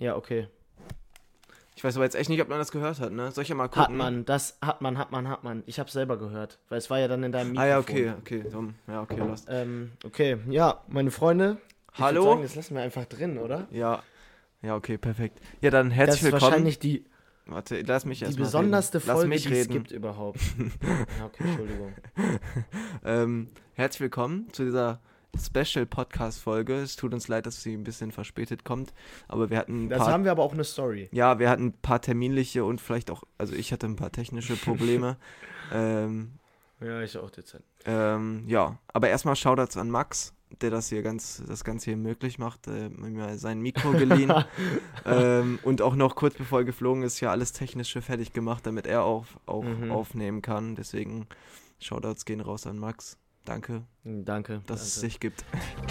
Ja, okay. Ich weiß aber jetzt echt nicht, ob man das gehört hat, ne? Soll ich ja mal gucken? Hat man. Ich hab's selber gehört, weil es war ja dann in deinem Mikrofon. Ah ja, okay. Ja, okay, lost. Okay, ja, meine Freunde. Hallo? Ich würde sagen, das lassen wir einfach drin, oder? Ja, okay, perfekt. Ja, dann herzlich willkommen. Das ist willkommen. wahrscheinlich die Warte, lass mich erst mal besonderste reden. Folge, die es gibt überhaupt. Ja, okay, Entschuldigung. Herzlich willkommen zu dieser Special-Podcast-Folge. Es tut uns leid, dass sie ein bisschen verspätet kommt, aber wir hatten haben wir aber auch eine Story. Ja, wir hatten ein paar terminliche und vielleicht auch, also ich hatte ein paar technische Probleme. Ja, ich auch dezent. Ja, aber erstmal Shoutouts an Max, der das Ganze hier möglich macht, mir sein Mikro geliehen und auch noch kurz bevor er geflogen ist, ja alles Technische fertig gemacht, damit er auch aufnehmen kann. Deswegen Shoutouts gehen raus an Max. Danke, dass es dich gibt.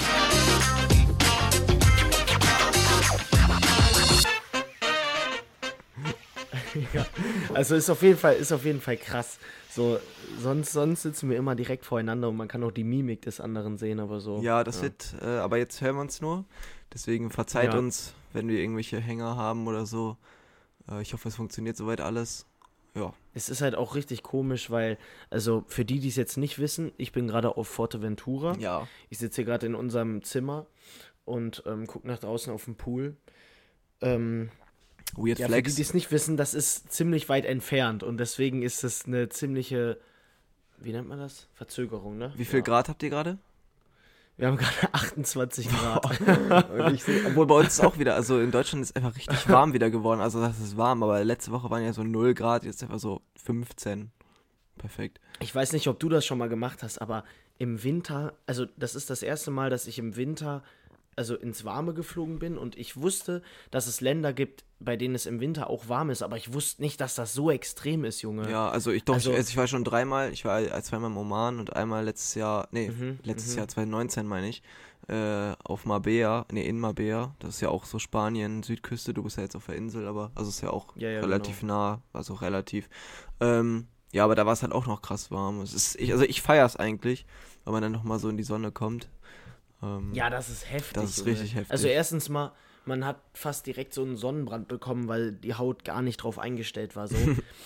Ja, also ist auf jeden Fall krass. So, sonst sitzen wir immer direkt voreinander und man kann auch die Mimik des anderen sehen, aber so. Ja, das wird, aber jetzt hören wir uns nur. Deswegen verzeiht uns, wenn wir irgendwelche Hänger haben oder so. Ich hoffe, es funktioniert soweit alles. Ja. Es ist halt auch richtig komisch, weil, also für die es jetzt nicht wissen, ich bin gerade auf Forteventura. Ja. Ich sitze hier gerade in unserem Zimmer und gucke nach draußen auf den Pool. Weird ja, Flex. für die es nicht wissen, das ist ziemlich weit entfernt und deswegen ist es eine ziemliche, wie nennt man das? Verzögerung, ne? Wie viel Grad habt ihr gerade? Wir haben gerade 28 Grad. Obwohl bei uns ist auch wieder, also in Deutschland ist einfach richtig warm wieder geworden. Also das ist warm, aber letzte Woche waren ja so 0 Grad, jetzt einfach so 15. Perfekt. Ich weiß nicht, ob du das schon mal gemacht hast, aber im Winter, also das ist das erste Mal, dass ich im Winter also ins Warme geflogen bin und ich wusste, dass es Länder gibt, bei denen es im Winter auch warm ist, aber ich wusste nicht, dass das so extrem ist, Junge. Ja, ich war schon dreimal, ich war zweimal im Oman und einmal letztes Jahr 2019 meine ich, auf Marbella, in Marbella, das ist ja auch so Spanien, Südküste, du bist ja jetzt auf der Insel, aber, also ist ja auch relativ nah, also relativ, ja, aber da war es halt auch noch krass warm, ich feiere es eigentlich, weil man dann nochmal so in die Sonne kommt. Ja, das ist heftig. Das ist richtig heftig. Also erstens mal, man hat fast direkt so einen Sonnenbrand bekommen, weil die Haut gar nicht drauf eingestellt war. So.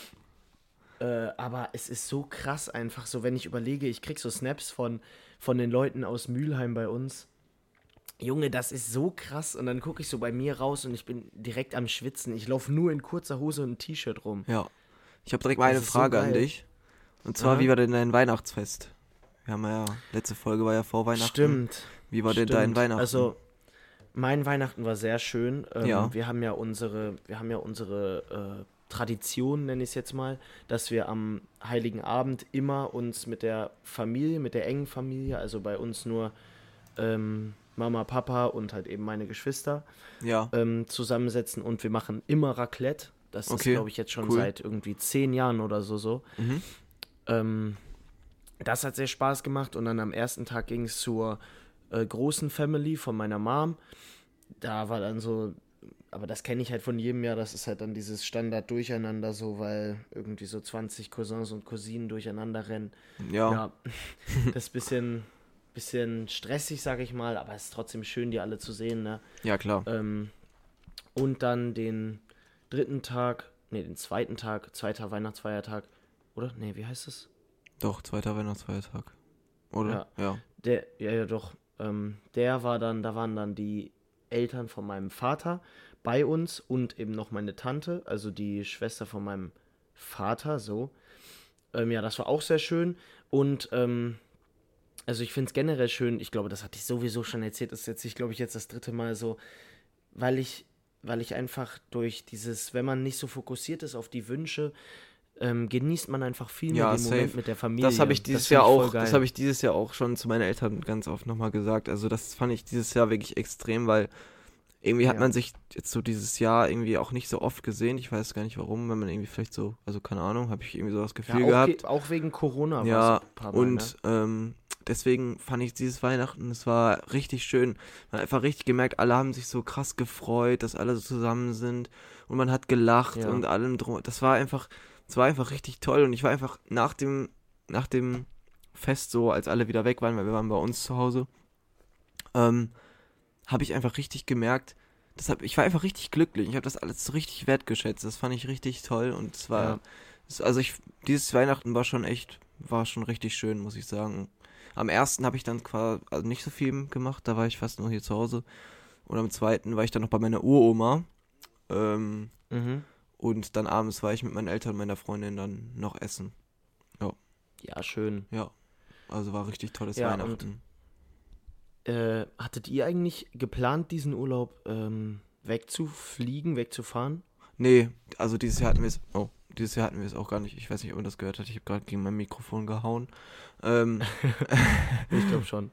Aber es ist so krass einfach so, wenn ich überlege, ich krieg so Snaps von den Leuten aus Mülheim bei uns. Junge, das ist so krass. Und dann gucke ich so bei mir raus und ich bin direkt am Schwitzen. Ich laufe nur in kurzer Hose und ein T-Shirt rum. Ja. Ich habe direkt mal eine Frage an dich. Und zwar, wie war denn dein Weihnachtsfest? Wir haben letzte Folge war ja vor Weihnachten. Stimmt. Wie war denn dein Weihnachten? Also, mein Weihnachten war sehr schön. Ja. Wir haben ja unsere Tradition, nenne ich es jetzt mal, dass wir am Heiligen Abend immer uns mit der Familie, mit der engen Familie, also bei uns nur Mama, Papa und halt eben meine Geschwister, zusammensetzen und wir machen immer Raclette. Das ist, glaube ich, jetzt schon seit irgendwie 10 Jahren oder so. Mhm. Das hat sehr Spaß gemacht und dann am ersten Tag ging es zur großen Family von meiner Mom. Da war dann so, aber das kenne ich halt von jedem Jahr, das ist halt dann dieses Standard-Durcheinander so, weil irgendwie so 20 Cousins und Cousinen durcheinander rennen. Ja. Das ist ein bisschen stressig, sag ich mal, aber es ist trotzdem schön, die alle zu sehen, ne? Ja, klar. Und dann den zweiten Tag, zweiter Weihnachtsfeiertag, oder? Nee, wie heißt es? Doch, zweiter Weihnachtsfeiertag. Oder? Ja. Doch. Da waren dann die Eltern von meinem Vater bei uns und eben noch meine Tante, also die Schwester von meinem Vater, so. Das war auch sehr schön und also ich finde es generell schön, ich glaube, das hatte ich sowieso schon erzählt, das ist jetzt, ich glaube, jetzt das 3. Mal so, weil ich einfach durch dieses, wenn man nicht so fokussiert ist auf die Wünsche, genießt man einfach viel mehr den Moment mit der Familie. Das habe ich dieses Jahr auch schon zu meinen Eltern ganz oft nochmal gesagt. Also das fand ich dieses Jahr wirklich extrem, weil irgendwie hat man sich jetzt so dieses Jahr irgendwie auch nicht so oft gesehen. Ich weiß gar nicht warum, wenn man irgendwie vielleicht so, also keine Ahnung, habe ich irgendwie so das Gefühl gehabt. Auch wegen Corona war es ein paar Mal, und deswegen fand ich dieses Weihnachten, es war richtig schön. Man hat einfach richtig gemerkt, alle haben sich so krass gefreut, dass alle so zusammen sind und man hat gelacht und allem drum. Es war einfach richtig toll und ich war einfach nach dem Fest so, als alle wieder weg waren, weil wir waren bei uns zu Hause, habe ich einfach richtig gemerkt, ich war einfach richtig glücklich. Ich habe das alles so richtig wertgeschätzt. Das fand ich richtig toll und es war, dieses Weihnachten war schon richtig schön, muss ich sagen. Am ersten habe ich dann quasi nicht so viel gemacht, da war ich fast nur hier zu Hause. Und am zweiten war ich dann noch bei meiner Uroma. Und dann abends war ich mit meinen Eltern und meiner Freundin dann noch essen. Ja. Ja, schön. Ja, also war richtig tolles Weihnachten. Hattet ihr eigentlich geplant, diesen Urlaub wegzufahren? Nee, also dieses Jahr hatten wir es auch gar nicht. Ich weiß nicht, ob man das gehört hat. Ich habe gerade gegen mein Mikrofon gehauen. Ich glaube schon.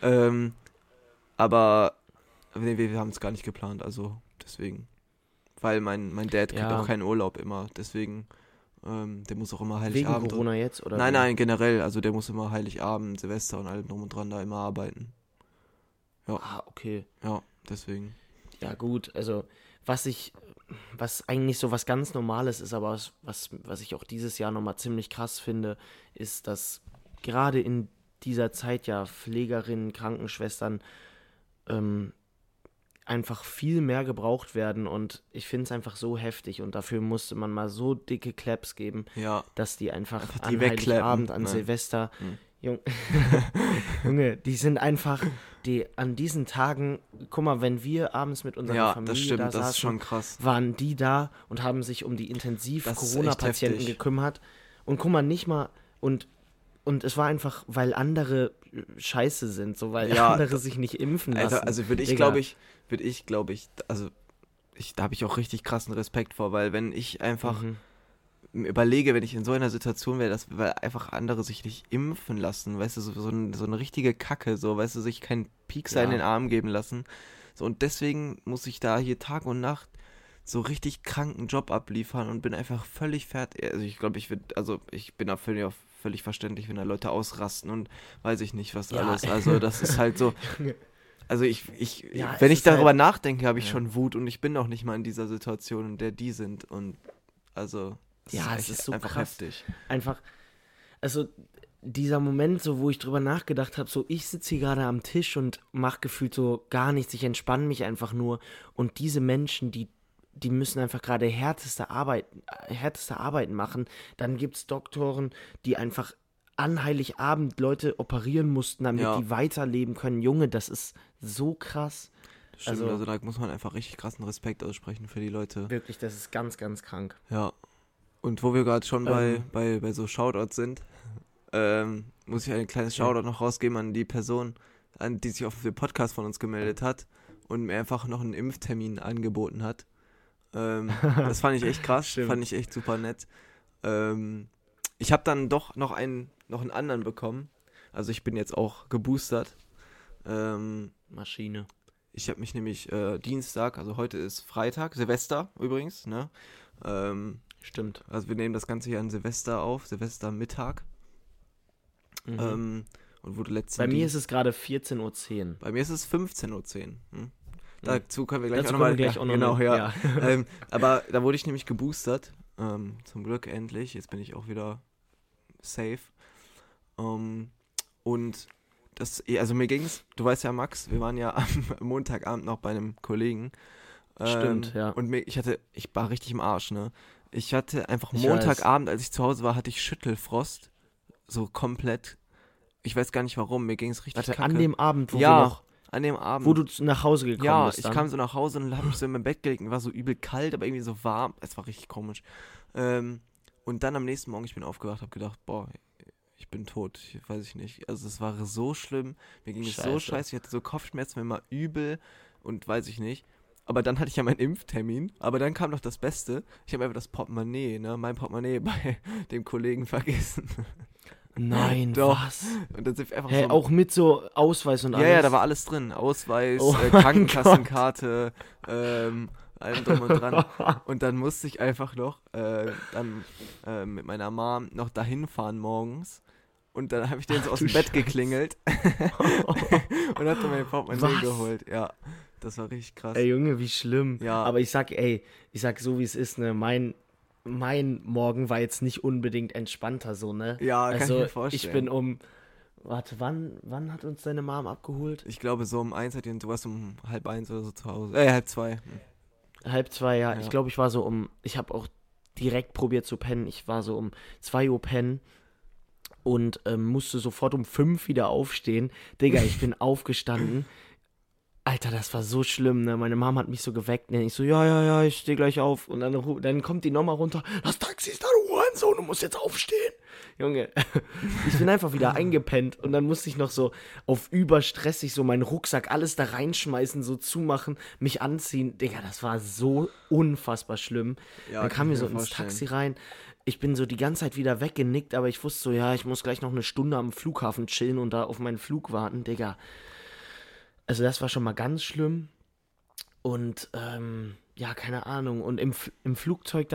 Aber nee, wir haben es gar nicht geplant, also deswegen. Weil mein Dad kriegt auch keinen Urlaub immer, deswegen, der muss auch immer Heiligabend. Wegen Corona jetzt, oder? Nein, generell, also der muss immer Heiligabend, Silvester und allem drum und dran da immer arbeiten. Ja. Ah, okay. Ja, deswegen. Ja, gut, also was eigentlich so was ganz Normales ist, aber was ich auch dieses Jahr nochmal ziemlich krass finde, ist, dass gerade in dieser Zeit ja Pflegerinnen, Krankenschwestern einfach viel mehr gebraucht werden und ich finde es einfach so heftig und dafür musste man mal so dicke Claps geben, dass die einfach die an Heiligabend, an Silvester, Junge, die sind einfach, die an diesen Tagen, guck mal, wenn wir abends mit unserer Familie das stimmt, da das saßen, ist schon krass. waren die da und haben sich um die Intensiv-Corona-Patienten gekümmert und guck mal, nicht mal, und es war einfach, weil andere scheiße sind, so weil andere sich nicht impfen lassen. Alter, also da habe ich auch richtig krassen Respekt vor, weil wenn ich einfach überlege, wenn ich in so einer Situation wäre, weil einfach andere sich nicht impfen lassen, weißt du, so eine richtige Kacke, so, weißt du, sich keinen Piekser in den Arm geben lassen, so, und deswegen muss ich da hier Tag und Nacht so richtig kranken Job abliefern und bin einfach völlig fertig, also ich glaube, ich bin da völlig verständlich, wenn da Leute ausrasten und weiß ich nicht, was alles, also das ist halt so, also wenn ich darüber nachdenke, habe ich schon Wut und ich bin auch nicht mal in dieser Situation, in der die sind und also es ist so einfach krass. heftig. Einfach, also dieser Moment, so wo ich drüber nachgedacht habe, so ich sitze hier gerade am Tisch und mache gefühlt so gar nichts, ich entspanne mich einfach nur und diese Menschen, die müssen einfach gerade härteste Arbeiten machen. Dann gibt es Doktoren, die einfach an Heiligabend Leute operieren mussten, damit die weiterleben können. Junge, das ist so krass. Stimmt, also da muss man einfach richtig krassen Respekt aussprechen für die Leute. Wirklich, das ist ganz, ganz krank. Ja. Und wo wir gerade schon bei so Shoutouts sind, muss ich ein kleines Shoutout noch rausgeben an die Person, die sich auf den Podcast von uns gemeldet hat und mir einfach noch einen Impftermin angeboten hat. Das fand ich echt krass, fand ich echt super nett. Ich habe dann doch noch einen anderen bekommen. Also ich bin jetzt auch geboostert. Maschine. Ich habe mich nämlich Dienstag, also heute ist Freitag, Silvester übrigens, ne? Stimmt. Also wir nehmen das Ganze hier an Silvester auf, Silvestermittag. Und wurde Bei mir ist es gerade 14:10 Uhr. Bei mir ist es 15:10 Uhr. Dazu können wir gleich auch nochmal. Ja. Aber da wurde ich nämlich geboostert. Zum Glück endlich. Jetzt bin ich auch wieder safe. Und das, also mir ging's, du weißt ja, Max, wir waren ja am Montagabend noch bei einem Kollegen. Stimmt, ja. Und ich war richtig im Arsch, ne? Ich hatte einfach Montagabend, als ich zu Hause war, hatte ich Schüttelfrost. So komplett. Ich weiß gar nicht warum, mir ging's richtig kacke. An dem Abend, an dem Abend. Wo du nach Hause gekommen bist. Ja, ich kam so nach Hause und hab mich so in mein Bett gelegt und war so übel kalt, aber irgendwie so warm. Es war richtig komisch. Und dann am nächsten Morgen, ich bin aufgewacht, hab gedacht, boah, ich bin tot, weiß ich nicht. Also es war so schlimm, mir ging es so scheiße, ich hatte so Kopfschmerzen, mir war übel und weiß ich nicht. Aber dann hatte ich ja meinen Impftermin, aber dann kam noch das Beste, ich habe einfach das Portemonnaie, mein Portemonnaie bei dem Kollegen vergessen. Nein, doch. Was? Und dann sind wir einfach so auch mit so Ausweis und alles? Ja, da war alles drin, Ausweis, Krankenkassenkarte, allem drum und dran. Und dann musste ich einfach noch mit meiner Mom noch dahin fahren morgens. Und dann habe ich den so aus dem Bett geklingelt und hab dann mein Portemonnaie geholt. Ja, das war richtig krass. Ey, Junge, wie schlimm. Ja. Aber ich sag so, wie es ist, ne, mein Morgen war jetzt nicht unbedingt entspannter so, ne? Ja, kann also, ich mir vorstellen. Ich bin um Warte, wann hat uns deine Mom abgeholt? Ich glaube, so um 1 hat ihn, du warst um 1:30 oder so zu Hause. 1:30. 1:30, ja. Ja. Ich glaube, ich habe auch direkt probiert zu pennen. Ich war so um 2 Uhr pennen und musste sofort um 5 wieder aufstehen. Digga, ich bin aufgestanden. Alter, das war so schlimm, ne? Meine Mom hat mich so geweckt, ne? Ich so, ja, ich stehe gleich auf. Und dann kommt die nochmal runter. Das Taxi ist da, du Hurensohn, du musst jetzt aufstehen. Junge, ich bin einfach wieder eingepennt. Und dann musste ich noch so auf überstressig so meinen Rucksack, alles da reinschmeißen, so zumachen, mich anziehen. Digga, das war so unfassbar schlimm. Ja, Dann kann kamen wir ich so mir ins vorstellen. Taxi rein. Ich bin so die ganze Zeit wieder weggenickt, aber ich wusste so, ja, ich muss gleich noch eine Stunde am Flughafen chillen und da auf meinen Flug warten. Digga, also das war schon mal ganz schlimm. Und ja, keine Ahnung. Und im Flugzeug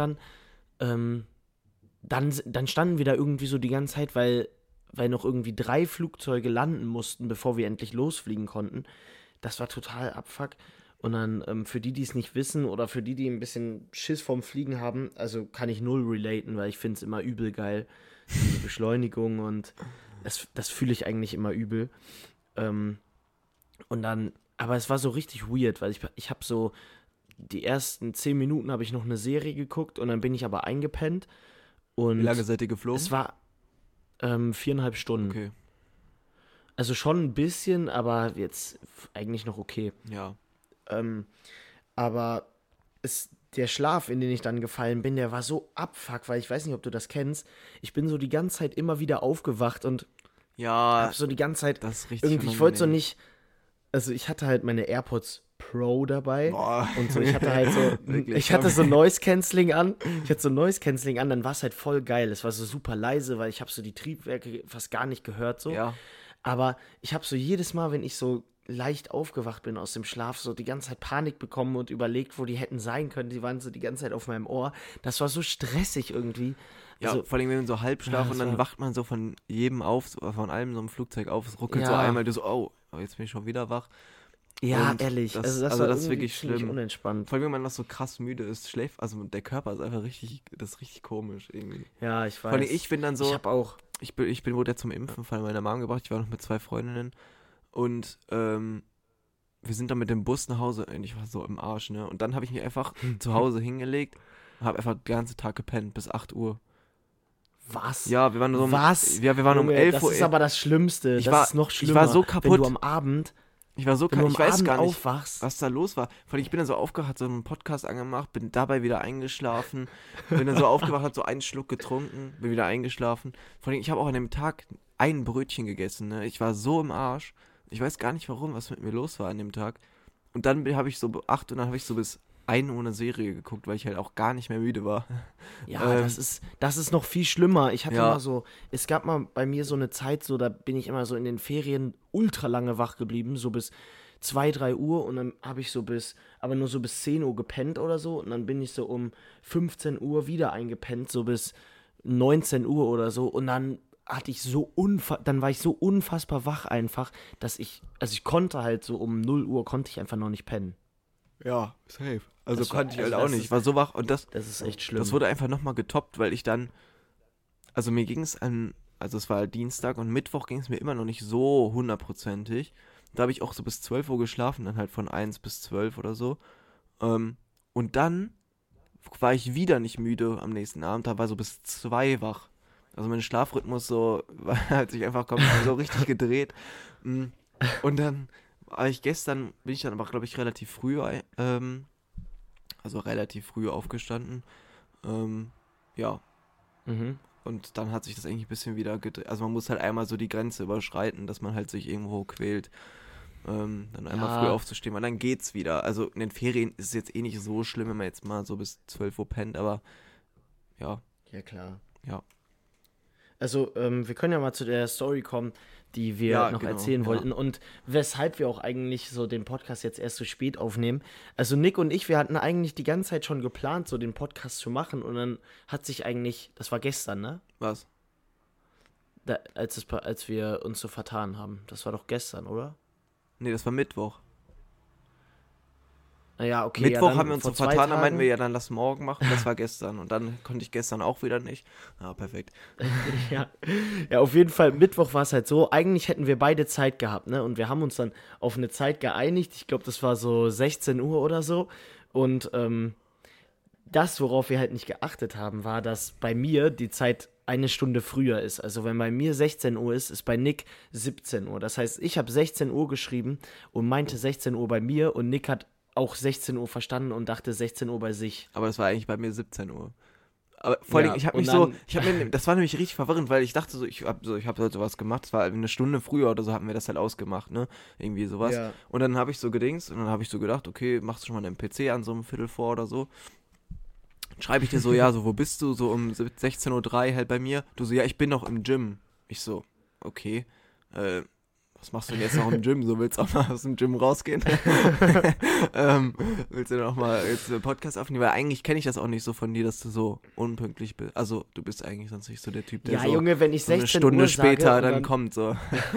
dann standen wir da irgendwie so die ganze Zeit, weil noch irgendwie 3 Flugzeuge landen mussten, bevor wir endlich losfliegen konnten. Das war total Abfuck. Und dann für die es nicht wissen oder für die ein bisschen Schiss vorm Fliegen haben, also kann ich null relaten, weil ich finde es immer übel geil. Diese Beschleunigung und das fühle ich eigentlich immer übel. Ähm, und dann, aber es war so richtig weird, weil ich habe so, die ersten 10 Minuten habe ich noch eine Serie geguckt und dann bin ich aber eingepennt Wie lange und seid ihr geflogen? es war 4,5 Stunden. Okay, Also schon ein bisschen, aber jetzt eigentlich noch okay. ja. Ähm, aber der Schlaf, in den ich dann gefallen bin, der war so abfuck, weil ich weiß nicht, ob du das kennst. Ich bin so die ganze Zeit immer wieder aufgewacht und Ja, hab so die ganze Zeit das ist richtig irgendwie, ich wollte so unangenehm. nicht, also ich hatte halt meine AirPods Pro dabei Boah. und so, ich hatte halt so, Wirklich, ich hatte so Noise Cancelling an, dann war es halt voll geil, es war so super leise, weil ich habe so die Triebwerke fast gar nicht gehört so, Ja, aber ich habe so jedes Mal, wenn ich so leicht aufgewacht bin aus dem Schlaf, so die ganze Zeit Panik bekommen und überlegt, wo die hätten sein können, die waren so die ganze Zeit auf meinem Ohr, das war so stressig irgendwie, ja, also, vor allem wenn man so Halbschlaf ja, und das dann war, wacht man so von jedem auf, von allem so im Flugzeug auf, es ruckelt so ja, einmal, du so, oh, jetzt bin ich schon wieder wach. ja, Und ehrlich, also das, das also war das ist irgendwie wirklich ziemlich schlimm. unentspannt. Vor allem, wenn man noch so krass müde ist, schläft, also der Körper ist einfach richtig, das ist richtig komisch irgendwie. Ja, ich Vor allem weiß. ich bin dann Ich so, habe auch. wurde ja zum Impfen von meiner Mom gebracht, ich war noch mit 2 Freundinnen und wir sind dann mit dem Bus nach Hause und ich war so im Arsch, ne? Und dann habe ich mich einfach zu Hause hingelegt und habe einfach den ganzen Tag gepennt, bis 8 Uhr. Was? Ja, wir waren so Was? ja, wir waren um Junge, 11 das Uhr, ist aber das Schlimmste. ich Das war, ist noch ich war schlimmer, so wenn du kaputt, am Abend, ich war so wenn du ich am weiß Abend gar nicht, aufwachst. was da los war. Vor allem, ich bin dann so aufgewacht, so einen Podcast angemacht, bin dabei wieder eingeschlafen, bin dann so aufgewacht, hab so einen Schluck getrunken, bin wieder eingeschlafen. Vor allem, ich habe auch an dem Tag ein Brötchen gegessen, ne? Ich war so im Arsch. Ich weiß gar nicht warum, was mit mir los war an dem Tag. Und dann habe ich so 8 und dann habe ich so bis 1 Uhr eine Serie geguckt, weil ich halt auch gar nicht mehr müde war. Ja, Ähm, das ist noch viel schlimmer. Ich hatte ja, mal so, es gab mal bei mir so eine Zeit, so, da bin ich immer so in den Ferien ultra lange wach geblieben, so bis 2, 3 Uhr und dann habe ich aber nur so bis 10 Uhr gepennt oder so und dann bin ich so um 15 Uhr wieder eingepennt, so bis 19 Uhr oder so und dann dann war ich so unfassbar wach einfach, also ich konnte halt so um 0 Uhr konnte ich einfach noch nicht pennen. ja, safe. Also Das war, konnte ich halt also auch nicht. Ich war so wach und das ist echt das schlimm. wurde einfach nochmal getoppt, weil ich dann, also mir ging es also es war halt Dienstag und Mittwoch ging es mir immer noch nicht so hundertprozentig. Da habe ich auch so bis 12 Uhr geschlafen, dann halt von 1 bis 12 oder so. Und dann war ich wieder nicht müde am nächsten Abend, da war so bis 2 wach. Also mein Schlafrhythmus so, hat sich einfach so richtig gedreht. Mm. Und dann bin ich dann aber, glaube ich, also relativ früh aufgestanden. Ja, Mhm. und dann hat sich das eigentlich ein bisschen wieder gedreht. Also man muss halt einmal so die Grenze überschreiten, dass man halt sich irgendwo quält. Dann einmal früh Ja, aufzustehen, weil dann geht's wieder. Also in den Ferien ist es jetzt eh nicht so schlimm, wenn man jetzt mal so bis 12 Uhr pennt, aber ja, ja klar. ja. Also, wir können ja mal zu der Story kommen, die wir Ja, noch genau, erzählen ja. wollten und weshalb wir auch eigentlich so den Podcast jetzt erst so spät aufnehmen. Also Nick und ich, wir hatten eigentlich die ganze Zeit schon geplant, so den Podcast zu machen und dann hat sich eigentlich, das war gestern, ne? Was? Als wir uns so vertan haben. Das war doch gestern, oder? Nee, das war Mittwoch. Naja, okay. Mittwoch ja, haben wir uns so vor 2 vertan, dann meinten Tagen. wir, ja, dann lass morgen machen. Das war gestern. Und dann konnte ich gestern auch wieder nicht. Ja, perfekt. Ja. Ja, auf jeden Fall, Mittwoch war es halt so, eigentlich hätten wir beide Zeit gehabt, ne? Und wir haben uns dann auf eine Zeit geeinigt. Ich glaube, das war so 16 Uhr oder so. Und das, worauf wir halt nicht geachtet haben, war, dass bei mir die Zeit eine Stunde früher ist. Also wenn bei mir 16 Uhr ist, ist bei Nick 17 Uhr. Das heißt, ich habe 16 Uhr geschrieben und meinte 16 Uhr bei mir und Nick hat auch 16 Uhr verstanden und dachte 16 Uhr bei sich. Aber das war eigentlich bei mir 17 Uhr. Aber vor allem, Ja, ich habe und mich dann, so, das war nämlich richtig verwirrend, weil ich dachte so, ich habe halt sowas gemacht, das war eine Stunde früher oder so, hatten wir das halt ausgemacht, ne, irgendwie sowas. ja, Und dann habe ich so gedingst und dann habe ich so gedacht, okay, machst du schon mal deinen PC an, so um Viertel vor oder so. Schreibe ich dir so, ja, so, wo bist du, so um 16:03 Uhr halt bei mir. Du so, ja, ich bin noch im Gym. Ich so, okay, was machst du denn jetzt noch im Gym? So, willst du auch mal aus dem Gym rausgehen? Willst du noch mal jetzt einen Podcast aufnehmen? Weil eigentlich kenne ich das auch nicht so von dir, dass du so unpünktlich bist. Also, du bist eigentlich sonst nicht so der Typ, der ja, so, Junge, wenn ich so eine 16 Stunde Uhr sage später und dann kommt, so.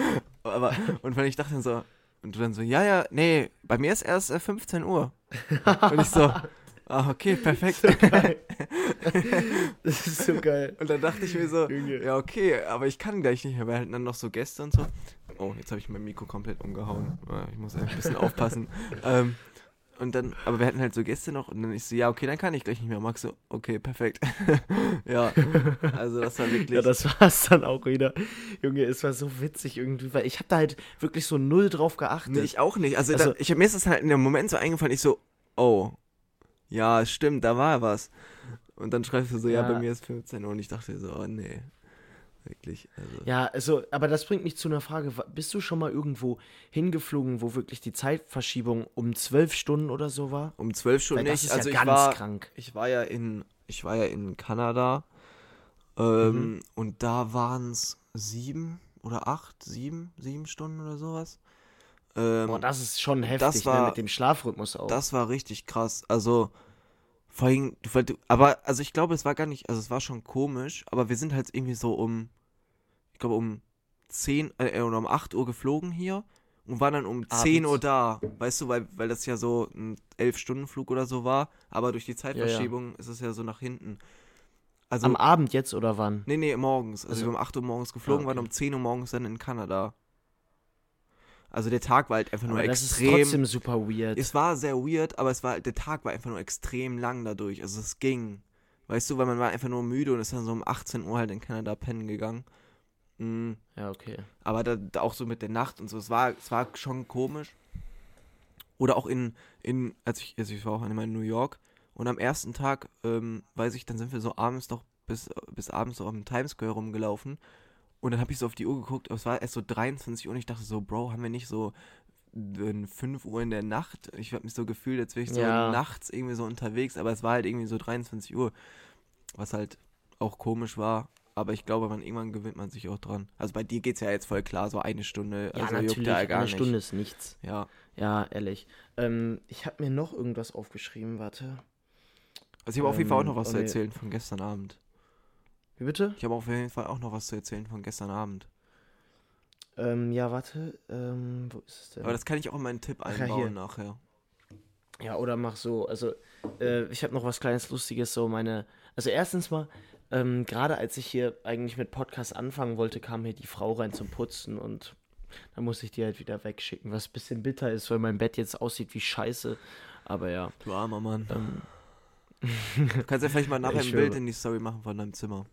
Und wenn ich dachte dann so, und du dann so, ja, nee, bei mir ist erst 15 Uhr. Und ich so, okay, perfekt. so geil. Das ist so geil. Und dann dachte ich mir so, Junge. ja, okay, aber ich kann gleich nicht mehr. Wir hatten dann noch so Gäste und so. Oh, jetzt habe ich mein Mikro komplett umgehauen. Ich muss ein bisschen aufpassen. Und dann, aber wir hatten halt so Gäste noch und dann ich so, ja, okay, dann kann ich gleich nicht mehr. Max so, okay, perfekt. Ja, also das war wirklich... Ja, das war's dann auch wieder. Junge, es war so witzig irgendwie, weil ich habe da halt wirklich so null drauf geachtet. Nee, ich auch nicht. Also, Also, mir ist das halt in dem Moment so eingefallen, ich so, oh, ja, stimmt, da war was. Und dann schreibst du so, ja, bei ja, mir ist 15 Uhr und ich dachte so, oh nee, wirklich, also. ja, also, aber das bringt mich zu einer Frage. Bist du schon mal irgendwo hingeflogen, wo wirklich die Zeitverschiebung um 12 Stunden oder so war? Um 12 Weil Stunden das nicht, ist ja also ganz krank. ich war ja in Kanada, Mhm. und da waren es 7 Stunden oder sowas. Boah, Ähm, das ist schon das heftig, ne, mit war, dem Schlafrhythmus auch. das war richtig krass, also, vor allem, aber, also ich glaube, es war gar nicht, also es war schon komisch, aber wir sind halt irgendwie so ich glaube um 10 oder um 8 Uhr geflogen hier und waren dann um 10 Uhr Abends. da, weißt du, weil das ja so ein 11-Stunden-Flug oder so war, aber durch die Ja, ja. Zeitverschiebung ist es ja so nach hinten. Am Also, Abend jetzt oder wann? nee, morgens. Also wir Also, haben um 8 Uhr morgens geflogen, waren okay. um 10 Uhr morgens dann in Kanada. Also der Tag war halt einfach nur Aber das ist extrem, trotzdem super weird. es war sehr weird, aber der Tag war einfach nur extrem lang dadurch, also es ging. Weißt du, weil man war einfach nur müde und ist dann so um 18 Uhr halt in Kanada pennen gegangen. Mhm. Ja, okay. Aber da auch so mit der Nacht und so, es war schon komisch. Oder auch also ich war auch einmal in New York und am ersten Tag, weiß ich, dann sind wir so abends noch bis abends so am Times Square rumgelaufen und dann habe ich so auf die Uhr geguckt, aber es war erst so 23 Uhr und ich dachte so, Bro, haben wir nicht so 5 Uhr in der Nacht? Ich habe mich so gefühlt, als wäre ich so Ja, nachts irgendwie so unterwegs, aber es war halt irgendwie so 23 Uhr, was halt auch komisch war. Aber ich glaube, irgendwann gewöhnt man sich auch dran. Also bei dir geht's ja jetzt voll klar, so eine Stunde, ja, also juckt ja natürlich, gar eine Stunde nicht. ist nichts. Ja. Ja, ehrlich. Ich habe mir noch irgendwas aufgeschrieben, warte. Also ich habe auf jeden Fall auch noch was Oh zu ne, erzählen von gestern Abend. wie bitte? Ich habe auf jeden Fall auch noch was zu erzählen von gestern Abend. Ja, warte, wo ist es Aber denn? das kann ich auch in meinen Tipp Ach ja, einbauen hier. nachher. Ja, oder mach so, also, ich habe noch was kleines Lustiges, so also erstens mal, gerade als ich hier eigentlich mit Podcast anfangen wollte, kam hier die Frau rein zum Putzen und dann musste ich die halt wieder wegschicken, was ein bisschen bitter ist, weil mein Bett jetzt aussieht wie Scheiße, aber ja, Du armer Mann. ähm, Du kannst ja vielleicht mal ja, nachher ich ein Bild schwöre. in die Story machen von deinem Zimmer.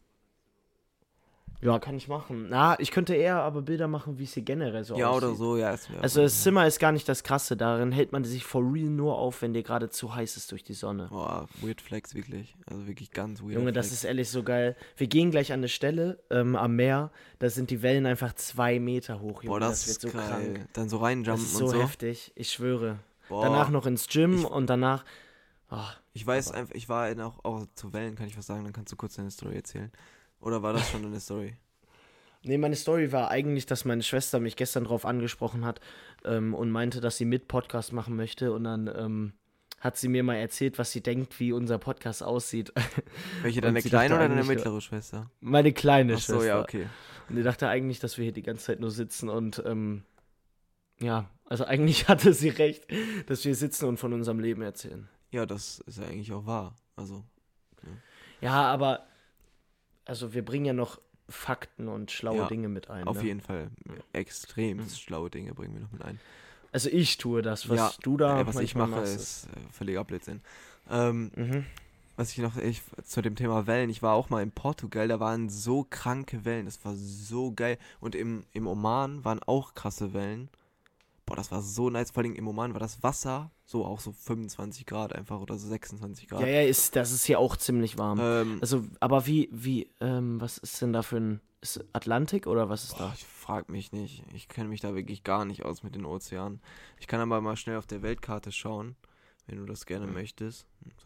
Ja, kann ich machen. Na, ich könnte eher aber Bilder machen, wie es hier generell so Ja, oder aussieht. so, ja, es wäre Also das Zimmer ist gar nicht das Krasse, darin hält man sich for real nur auf, wenn dir gerade zu heiß ist durch die Sonne. Boah, weird Flex, wirklich. Also wirklich ganz weird Junge, das Flex. ist ehrlich so geil. Wir gehen gleich an eine Stelle am Meer, da sind die Wellen einfach 2 Meter hoch, Boah, Junge, das das wird ist so geil. krank. Dann so Das reinjumpen ist und so so. heftig, ich schwöre. Danach Boah, noch ins Gym ich, und danach, oh, ich weiß aber, einfach, ich war auch zu Wellen, kann ich was sagen, dann kannst du kurz deine Story erzählen. Oder war das schon eine Story? nee, meine Story war eigentlich, dass meine Schwester mich gestern drauf angesprochen hat und meinte, dass sie mit Podcast machen möchte und dann hat sie mir mal erzählt, was sie denkt, wie unser Podcast aussieht. Welche, Und deine sie kleine dachte oder deine eigentlich, mittlere Schwester? meine kleine Ach so, ja, Schwester. okay. Und die dachte eigentlich, dass wir hier die ganze Zeit nur sitzen und Ja, also eigentlich hatte sie recht, dass wir sitzen und von unserem Leben erzählen. Ja, das ist ja eigentlich auch wahr. Also, Ja, aber also wir bringen ja noch Fakten und schlaue ja, Dinge mit ein. auf Ne? jeden Fall extrem schlaue Dinge bringen wir noch mit ein. Also ich tue das, was Ja, du da was ich manchmal mache, machst, ist völliger Blödsinn. Mhm. Was ich zu dem Thema Wellen, ich war auch mal in Portugal, da waren so kranke Wellen, das war so geil. Und im Oman waren auch krasse Wellen. Boah, das war so nice, vor allem im Oman war das Wasser so auch so 25 Grad einfach oder so 26 Grad. Ja, das ist hier auch ziemlich warm. Also, aber was ist denn da für ein, ist Atlantik oder was ist da? Ich frag mich nicht, ich kenne mich da wirklich gar nicht aus mit den Ozeanen. Ich kann aber mal schnell auf der Weltkarte schauen, wenn du das gerne möchtest.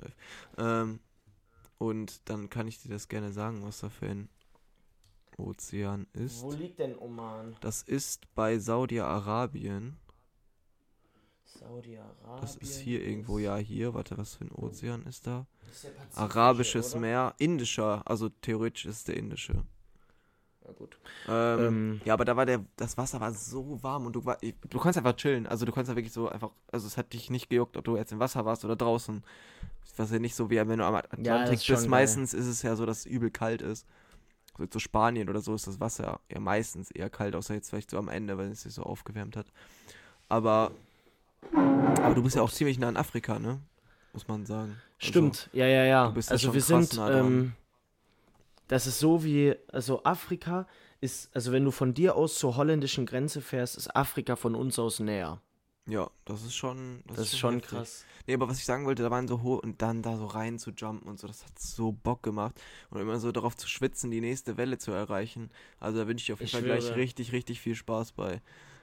Und dann kann ich dir das gerne sagen, was da für ein Ozean ist. Wo liegt denn Oman? Das ist bei Saudi-Arabien. Saudi-Arabien. Das ist hier irgendwo, ja hier. Warte, was für ein Ozean ist da? Das ist der Pazifische, Arabisches oder? Meer. Indischer, also theoretisch ist es der Indische. Na gut. Ja, aber da war das Wasser war so warm und du konntest einfach chillen. Also du konntest da wirklich so einfach, also es hat dich nicht gejuckt, ob du jetzt im Wasser warst oder draußen. Das ist ja nicht so, wie wenn du am Atlantik ist schon bist. geil. Meistens ist es ja so, dass es übel kalt ist. So Spanien oder so ist das Wasser ja meistens eher kalt, außer jetzt vielleicht so am Ende, weil es sich so aufgewärmt hat. Aber du bist ja auch ziemlich nah in Afrika, ne? Muss man sagen. Stimmt, ja. Du bist Also schon wir krass sind, nah dran. das ist so wie, also Afrika ist, also wenn du von dir aus zur holländischen Grenze fährst, ist Afrika von uns aus näher. Ja, das ist schon. Das ist schon heftig. krass. Nee, aber was ich sagen wollte, da waren so hoch und dann da so rein zu jumpen und so, das hat so Bock gemacht. Und immer so darauf zu schwitzen, die nächste Welle zu erreichen. Also da wünsche ich auf jeden Ich Fall gleich schwöre. richtig, richtig viel Spaß bei.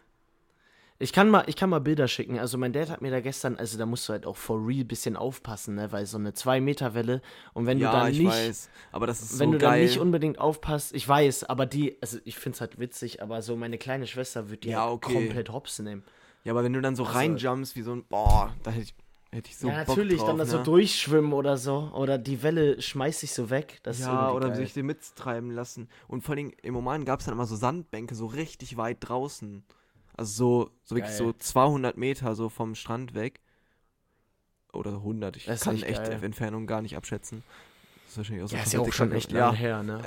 Ich kann mal Bilder schicken. Also mein Dad hat mir da gestern, also da musst du halt auch for real ein bisschen aufpassen, ne? Weil so eine 2-Meter-Welle und wenn du Ja, dann ich nicht, weiß. Aber das ist wenn so du dann geil. nicht unbedingt aufpasst, ich weiß, aber also ich find's halt witzig, aber so meine kleine Schwester wird die Ja, halt okay. komplett hops nehmen. Ja, aber wenn du dann so Also- reinjumpst wie so ein, boah, da hätte ich so Ja, Bock natürlich, drauf, dann da ne? so durchschwimmen oder so. Oder die Welle schmeißt sich so weg. Das ist Ja, irgendwie oder geil. sich den mittreiben lassen. Und vor allem im Oman gab es dann immer so Sandbänke, so richtig weit draußen. Also so wirklich Geil. so 200 Meter so vom Strand weg. Oder 100, ich Das ist kann echt echt geil. die Entfernung gar nicht abschätzen. Das ist wahrscheinlich auch so Ja, ist ja auch komplette schon Kacke. echt Ja. lange her, ne?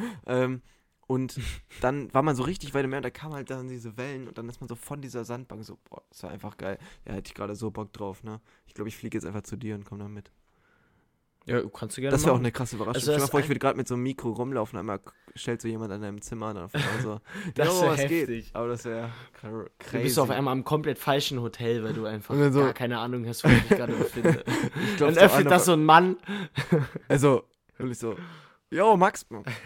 Und dann war man so richtig weit im Meer und da kamen halt dann diese Wellen und dann ist man so von dieser Sandbank so, boah, das war einfach geil. Ja, hätte ich gerade so Bock drauf, ne? Ich glaube, ich fliege jetzt einfach zu dir und komm dann mit. Ja, kannst du gerne Das wäre auch machen. eine krasse Überraschung. Also Stell dir mal das vor, ich ein- würde gerade mit so einem Mikro rumlaufen, einmal stellt so jemand an deinem Zimmer an, auf einmal so, Das "Jo, wär was geht?" heftig. Aber das wäre Du crazy. bist auf einmal am komplett falschen Hotel, weil du einfach Und dann so- gar keine Ahnung hast, wo du dich gerade befindest. Ich Dann glaub, öffnet das so ein Mann. Also, wirklich so, yo, Max.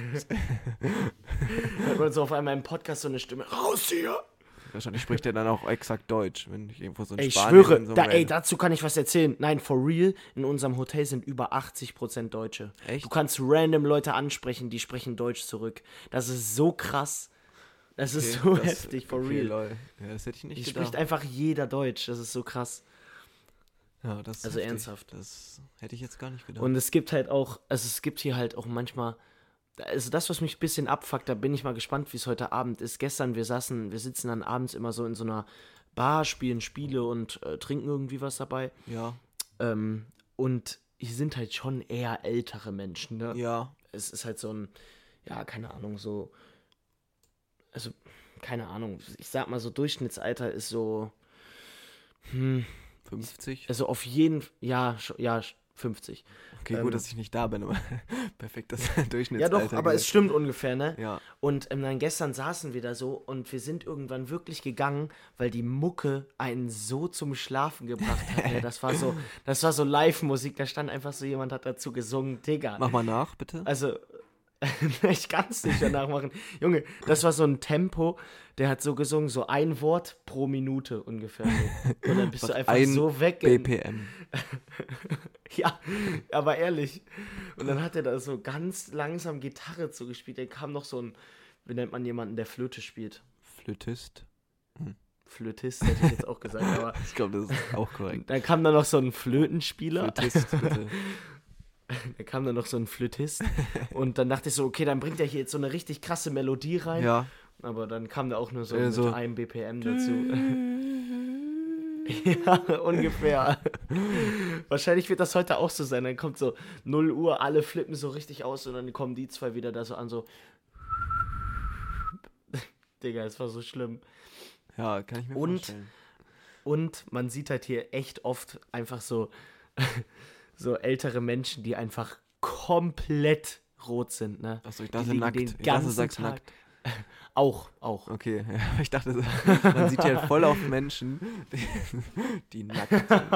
Hört man so auf einmal im Podcast so eine Stimme. Raus hier! Wahrscheinlich spricht er dann auch exakt Deutsch, wenn ich irgendwo so in Ey, ich Spanien schwöre, in so einem random- dazu kann ich was erzählen. Nein, for real, in unserem Hotel sind über 80% Deutsche. Echt? Du kannst random Leute ansprechen, die sprechen Deutsch zurück. Das ist so krass. Das ist so heftig, for okay, real. lol. Ja, das hätte ich nicht Hier gedacht. spricht einfach jeder Deutsch. Das ist so krass. Ja, das ist Also heftig. ernsthaft. Das hätte ich jetzt gar nicht gedacht. Und es gibt halt auch, also es gibt hier halt auch manchmal, also das, was mich ein bisschen abfuckt, da bin ich mal gespannt, wie es heute Abend ist. Gestern, wir sitzen dann abends immer so in so einer Bar, spielen Spiele und trinken irgendwie was dabei. Ja, Und hier sind halt schon eher ältere Menschen, ne? ja. Es ist halt so ein, ja, keine Ahnung, so, also, keine Ahnung, ich sag mal so, Durchschnittsalter ist so, 50? also auf jeden, ja, 50. Okay, gut, dass ich nicht da bin, aber perfekt, das Durchschnittsalter. Ja doch, aber es gesagt. stimmt ungefähr, ne? Ja. Und dann gestern saßen wir da so und wir sind irgendwann wirklich gegangen, weil die Mucke einen so zum Schlafen gebracht hat. Ne? Das war so Live-Musik, da stand einfach so jemand, hat dazu gesungen, Digga. Mach mal nach, bitte. Also, ich kann es nicht danach machen. Junge, das war so ein Tempo, der hat so gesungen, so ein Wort pro Minute ungefähr. So. Und dann bist du einfach ein so weg. BPM. Ja, aber ehrlich. Und dann hat er da so ganz langsam Gitarre zugespielt. Dann kam noch so ein, wie nennt man jemanden, der Flöte spielt? Flötist. Flötist, hätte ich jetzt auch gesagt, aber Ich glaube, das ist auch korrekt. dann kam da noch so ein Flötenspieler. Flötist, bitte. Da kam dann noch so ein Flötist. Und dann dachte ich so, okay, dann bringt er hier jetzt so eine richtig krasse Melodie rein. Ja. Aber dann kam da auch nur so So. mit einem BPM dazu. Ja, ungefähr. Wahrscheinlich wird das heute auch so sein. Dann kommt so 0 Uhr, alle flippen so richtig aus und dann kommen die zwei wieder da so an, so. Digga, es war so schlimm. Ja, kann ich mir vorstellen. Und man sieht halt hier echt oft einfach so, so ältere Menschen, die einfach komplett rot sind, ne? Achso, ich Die dachte liegen nackt. den Ich dachte, du ganzen sagst Tag. nackt. Auch. Okay, ja, ich dachte, man sieht ja voll auf Menschen, die nackt sind.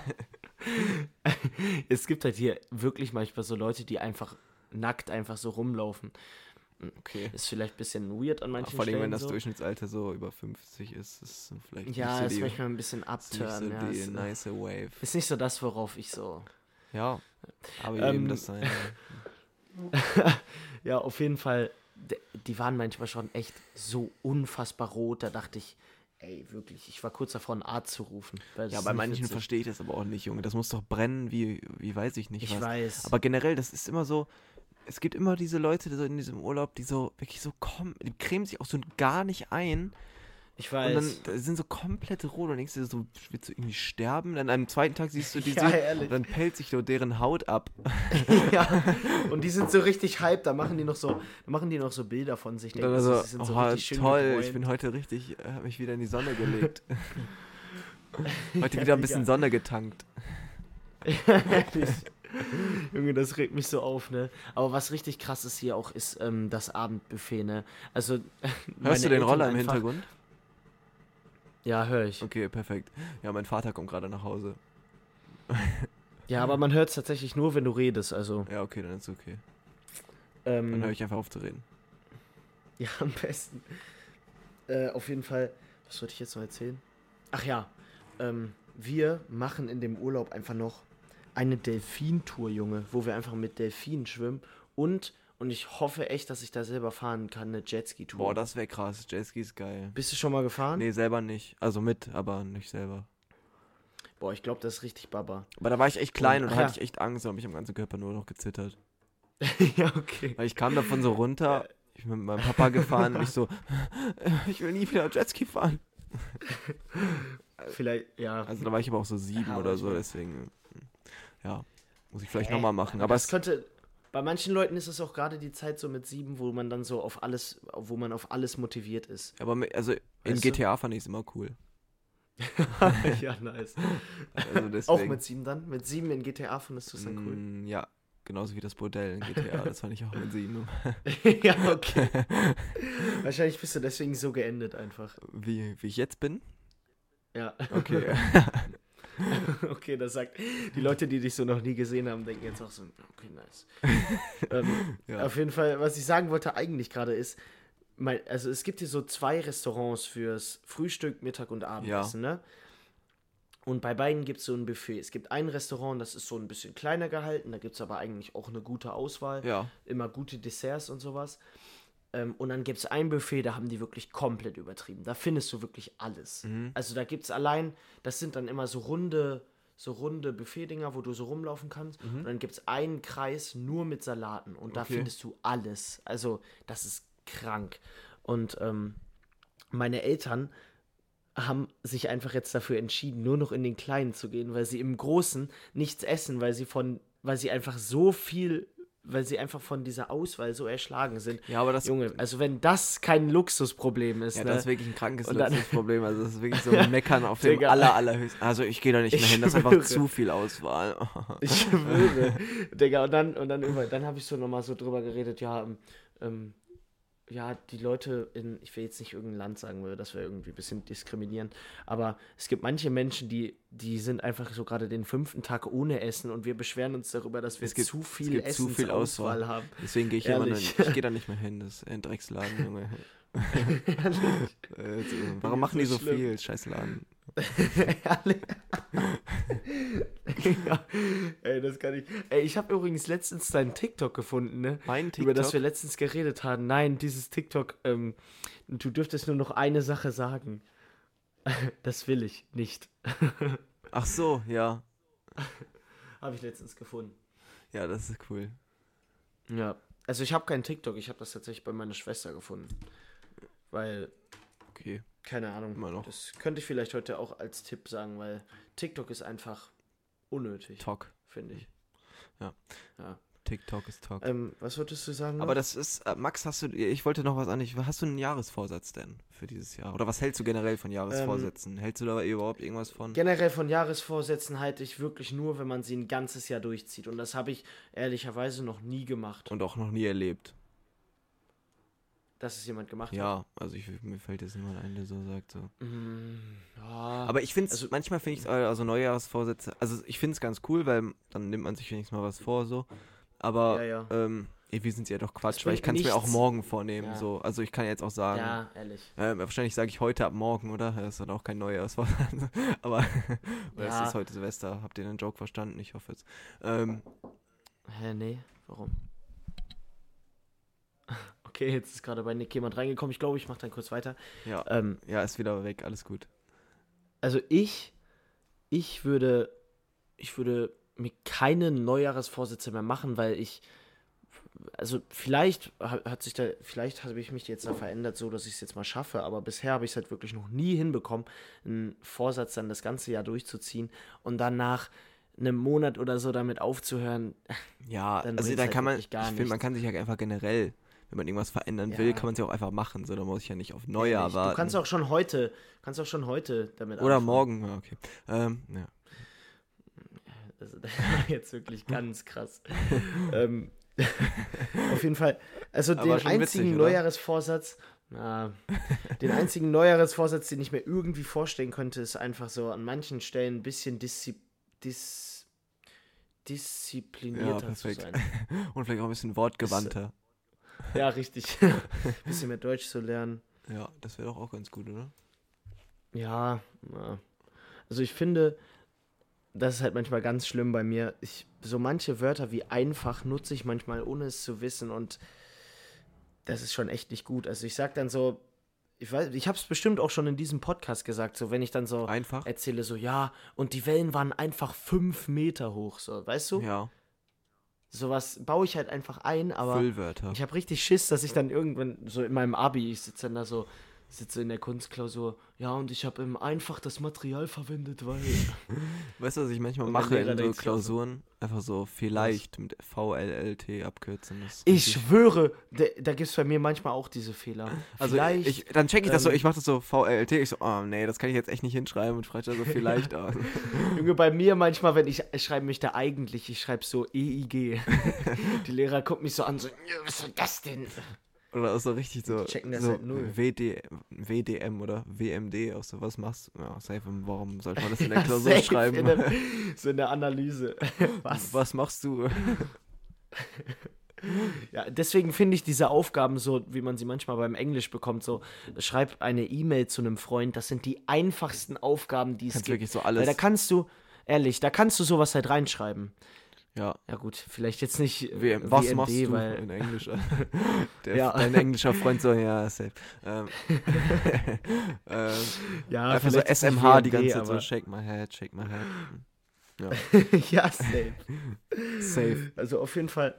Es gibt halt hier wirklich manchmal so Leute, die einfach nackt einfach so rumlaufen. Okay. Ist vielleicht ein bisschen weird an manchen Vor allem, Stellen wenn das so. Durchschnittsalter so über 50 ist, ist so vielleicht Ja, nicht ist so die, manchmal ein bisschen ist nicht so upturn. Ja, die ist, nice wave. ist nicht so das, worauf ich so... Ja, aber eben das sein. Ja, auf jeden Fall, die waren manchmal schon echt so unfassbar rot. Da dachte ich, ey, wirklich, ich war kurz davor, einen Arzt zu rufen. Ja, bei manchen verstehe ich das aber auch nicht, Junge. Das muss doch brennen, wie weiß ich nicht ich was. weiß. Aber generell, das ist immer so, es gibt immer diese Leute die so in diesem Urlaub, die so wirklich so kommen, die cremen sich auch so gar nicht ein. Ich Und weiß. dann sind so komplett rot und denkst du so, willst du irgendwie sterben? Dann am zweiten Tag siehst du die Ja, ehrlich. und dann pellt sich so deren Haut ab. Ja, und die sind so richtig hyped, da machen die noch so Bilder von sich. Und dann Denken, so, sie sind so oh, richtig schön toll, gebräunt. ich bin heute richtig, hab mich wieder in die Sonne gelegt. Heute Ja, wieder ein bisschen Digga. Sonne getankt. Ehrlich. Junge, das regt mich so auf, ne? Aber was richtig krass ist hier auch, ist das Abendbuffet, ne? Also, Hörst du den Roller im Hintergrund? Ja, höre ich. Okay, perfekt. Ja, mein Vater kommt gerade nach Hause. Ja, aber man hört es tatsächlich nur, wenn du redest, also. Ja, okay, dann ist okay. Dann höre Ähm, ich einfach auf zu reden. ja, am besten. Auf jeden Fall, was wollte ich jetzt noch erzählen? Ach ja, wir machen in dem Urlaub einfach noch eine Delfintour, Junge, wo wir einfach mit Delfinen schwimmen und ich hoffe echt, dass ich da selber fahren kann, eine Jetski-Tour. Boah, das wäre krass. Jetski ist geil. Bist du schon mal gefahren? Nee, selber nicht. Also mit, aber nicht selber. Boah, ich glaube, das ist richtig Baba. Aber da war ich echt klein und ach hatte ja. ich echt Angst und habe mich am ganzen Körper nur noch gezittert. Ja, okay. Weil ich kam davon so runter, ich bin mit meinem Papa gefahren und ich so, ich will nie wieder Jetski fahren. Vielleicht, ja. Also da war ich aber auch so 7 Ja, oder so, manchmal. deswegen, ja, muss ich vielleicht nochmal machen. Aber das es könnte. Bei manchen Leuten ist es auch gerade die Zeit so mit 7, wo man dann so auf alles motiviert ist. aber also in Weißt du? GTA fand ich es immer cool. Ja, nice. Also deswegen, Auch mit 7 dann? Mit 7 in GTA findest du es dann cool? Ja, genauso wie das Bordell in GTA, das fand ich auch mit 7. Ja, okay. Wahrscheinlich bist du deswegen so geendet einfach. Wie ich jetzt bin? Ja. Okay. Okay, das sagt, die Leute, die dich so noch nie gesehen haben, denken jetzt auch so, okay, nice. Ja. Auf jeden Fall, was ich sagen wollte eigentlich gerade ist, also es gibt hier so 2 Restaurants fürs Frühstück, Mittag und Abendessen, ne? Und bei beiden gibt es so ein Buffet. Es gibt ein Restaurant, das ist so ein bisschen kleiner gehalten, da gibt es aber eigentlich auch eine gute Auswahl, Ja. immer gute Desserts und sowas. Und dann gibt es ein Buffet, da haben die wirklich komplett übertrieben. Da findest du wirklich alles. Also da gibt es allein, das sind dann immer so runde Buffet-Dinger, wo du so rumlaufen kannst. Und dann gibt es einen Kreis nur mit Salaten. Und da Okay. findest du alles. Also das ist krank. Und meine Eltern haben sich einfach jetzt dafür entschieden, nur noch in den Kleinen zu gehen, weil sie im Großen nichts essen, weil sie einfach von dieser Auswahl so erschlagen sind. Ja, aber das, Junge, also wenn das kein Luxusproblem ist, ja, ne? das ist wirklich ein krankes Und dann- Luxusproblem. Also das ist wirklich so ein Meckern auf dem Digga. allerhöchsten. Also ich gehe da nicht mehr Ich hin, das ist einfach schwöre. zu viel Auswahl. Ich schwöre. Digga, dann habe ich so nochmal so drüber geredet, ja, die Leute ich will jetzt nicht irgendein Land sagen, weil das wäre irgendwie ein bisschen diskriminierend, aber es gibt manche Menschen, die sind einfach so gerade den 5. Tag ohne Essen und wir beschweren uns darüber, dass wir zu viel es gibt zu viel Essensauswahl haben. Deswegen gehe ich immer Ehrlich. ich gehe da nicht mehr hin, das ist ein Drecksladen, Junge. Warum machen die so schlimm. viel? Scheiß Laden. Ehrlich? Ja, ey, das kann ich. Ey, ich habe übrigens letztens deinen TikTok gefunden, ne? Mein TikTok? Über das wir letztens geredet haben. Nein, dieses TikTok, du dürftest nur noch eine Sache sagen. Das will ich nicht. Ach so, ja. Habe ich letztens gefunden. Ja, das ist cool. Ja. Also ich habe keinen TikTok, ich habe das tatsächlich bei meiner Schwester gefunden. Weil, Okay. Keine Ahnung. Immer noch. Das könnte ich vielleicht heute auch als Tipp sagen, weil TikTok ist einfach unnötig, Talk. finde ich. Ja. Ja. TikTok ist Talk. Was würdest du sagen? Aber das ist, Max, ich wollte noch was an dich, hast du einen Jahresvorsatz denn für dieses Jahr? Oder was hältst du generell von Jahresvorsätzen? Hältst du da überhaupt irgendwas von? Generell von Jahresvorsätzen halte ich wirklich nur, wenn man sie ein ganzes Jahr durchzieht. Und das habe ich ehrlicherweise noch nie gemacht. Und auch noch nie erlebt. Dass es jemand gemacht hat. Ja, also mir fällt jetzt niemand ein, der so sagt so. Ja. Aber ich finde es, manchmal finde ich es, also Neujahrsvorsätze, also ich finde es ganz cool, weil dann nimmt man sich wenigstens mal was vor, so. Aber, Ja. wir sind ja doch Quatsch, Das weil ich kann es mir auch nichts. morgen vornehmen, Ja. so. Also ich kann jetzt auch sagen, Ja, ehrlich. wahrscheinlich sage ich heute ab morgen, oder? Das ist dann auch kein Neujahrsvorsatz. Aber, oder Ja. es ist heute Silvester, habt ihr den Joke verstanden? Ich hoffe es. Nee, warum? Okay, jetzt ist gerade bei Nick jemand reingekommen. Ich glaube, ich mache dann kurz weiter. Ja, ja, ist wieder weg, alles gut. Also ich würde mir keine Neujahresvorsätze mehr machen, weil vielleicht habe ich mich jetzt da verändert, so dass ich es jetzt mal schaffe, aber bisher habe ich es halt wirklich noch nie hinbekommen, einen Vorsatz dann das ganze Jahr durchzuziehen und dann nach einem Monat oder so damit aufzuhören. Ja, Dann also bringt's dann halt kann man, wirklich gar ich finde, man nichts. kann sich ja einfach generell, wenn man irgendwas verändern will, kann man es ja auch einfach machen, so, da muss ich ja nicht auf Neujahr Ehrlich, warten. Du kannst auch schon heute damit Oder anfangen. morgen, ja, okay. Ja. Das war jetzt wirklich ganz krass. Auf jeden Fall, also Aber den schon einzigen witzig, oder? Neujahresvorsatz, den einzigen Neujahresvorsatz, den ich mir irgendwie vorstellen könnte, ist einfach so an manchen Stellen ein bisschen disziplinierter Ja, zu perfekt. sein. Und vielleicht auch ein bisschen wortgewandter. Ja, richtig. Ein bisschen mehr Deutsch zu lernen. Ja, das wäre doch auch ganz gut, oder? Ja, also ich finde, das ist halt manchmal ganz schlimm bei mir. So manche Wörter wie einfach nutze ich manchmal, ohne es zu wissen, und das ist schon echt nicht gut. Also ich sag dann so, ich habe es bestimmt auch schon in diesem Podcast gesagt, so wenn ich dann so Einfach? erzähle, so ja, und die Wellen waren einfach 5 Meter hoch, so, weißt du? Ja, Sowas baue ich halt einfach ein, aber Füllwörter. ich habe richtig Schiss, dass ich dann irgendwann so in meinem Abi, ich sitze in der Kunstklausur, ja, und ich habe einfach das Material verwendet, weil... Weißt du, was ich manchmal Und mein mache Lehrer in so denkt sich auch so, Klausuren? Einfach so vielleicht mit VLLT abkürzen. Das ist Ich richtig- schwöre, da gibt es bei mir manchmal auch diese Fehler. Also Vielleicht, dann check ich das so, ich mache das so VLLT, ich so, oh nee, das kann ich jetzt echt nicht hinschreiben und schreibe da so vielleicht aus. Junge, bei mir manchmal, wenn ich schreibe mich da eigentlich, ich schreibe so EIG. Die Lehrer gucken mich so an, so, was soll das denn? Oder auch so richtig so, Die checken das so halt null. WDM oder WMD, auch so, was machst du? Ja, safe, warum sollte man das in der Ja, Klausur safe schreiben? so in der Analyse. Was machst du? Ja, deswegen finde ich diese Aufgaben so, wie man sie manchmal beim Englisch bekommt, so, schreib eine E-Mail zu einem Freund, das sind die einfachsten Aufgaben, die es Kannst gibt. wirklich so Weil alles. da kannst du sowas halt reinschreiben. Ja. Ja gut, vielleicht jetzt nicht Was WMD, machst du weil in Englisch? Ja. Dein englischer Freund so, ja, safe. ja, Einfach so vielleicht ist nicht SMH die WMD, ganze Zeit so, aber- shake my head, shake my head. Ja, ja, safe. safe. Also auf jeden Fall.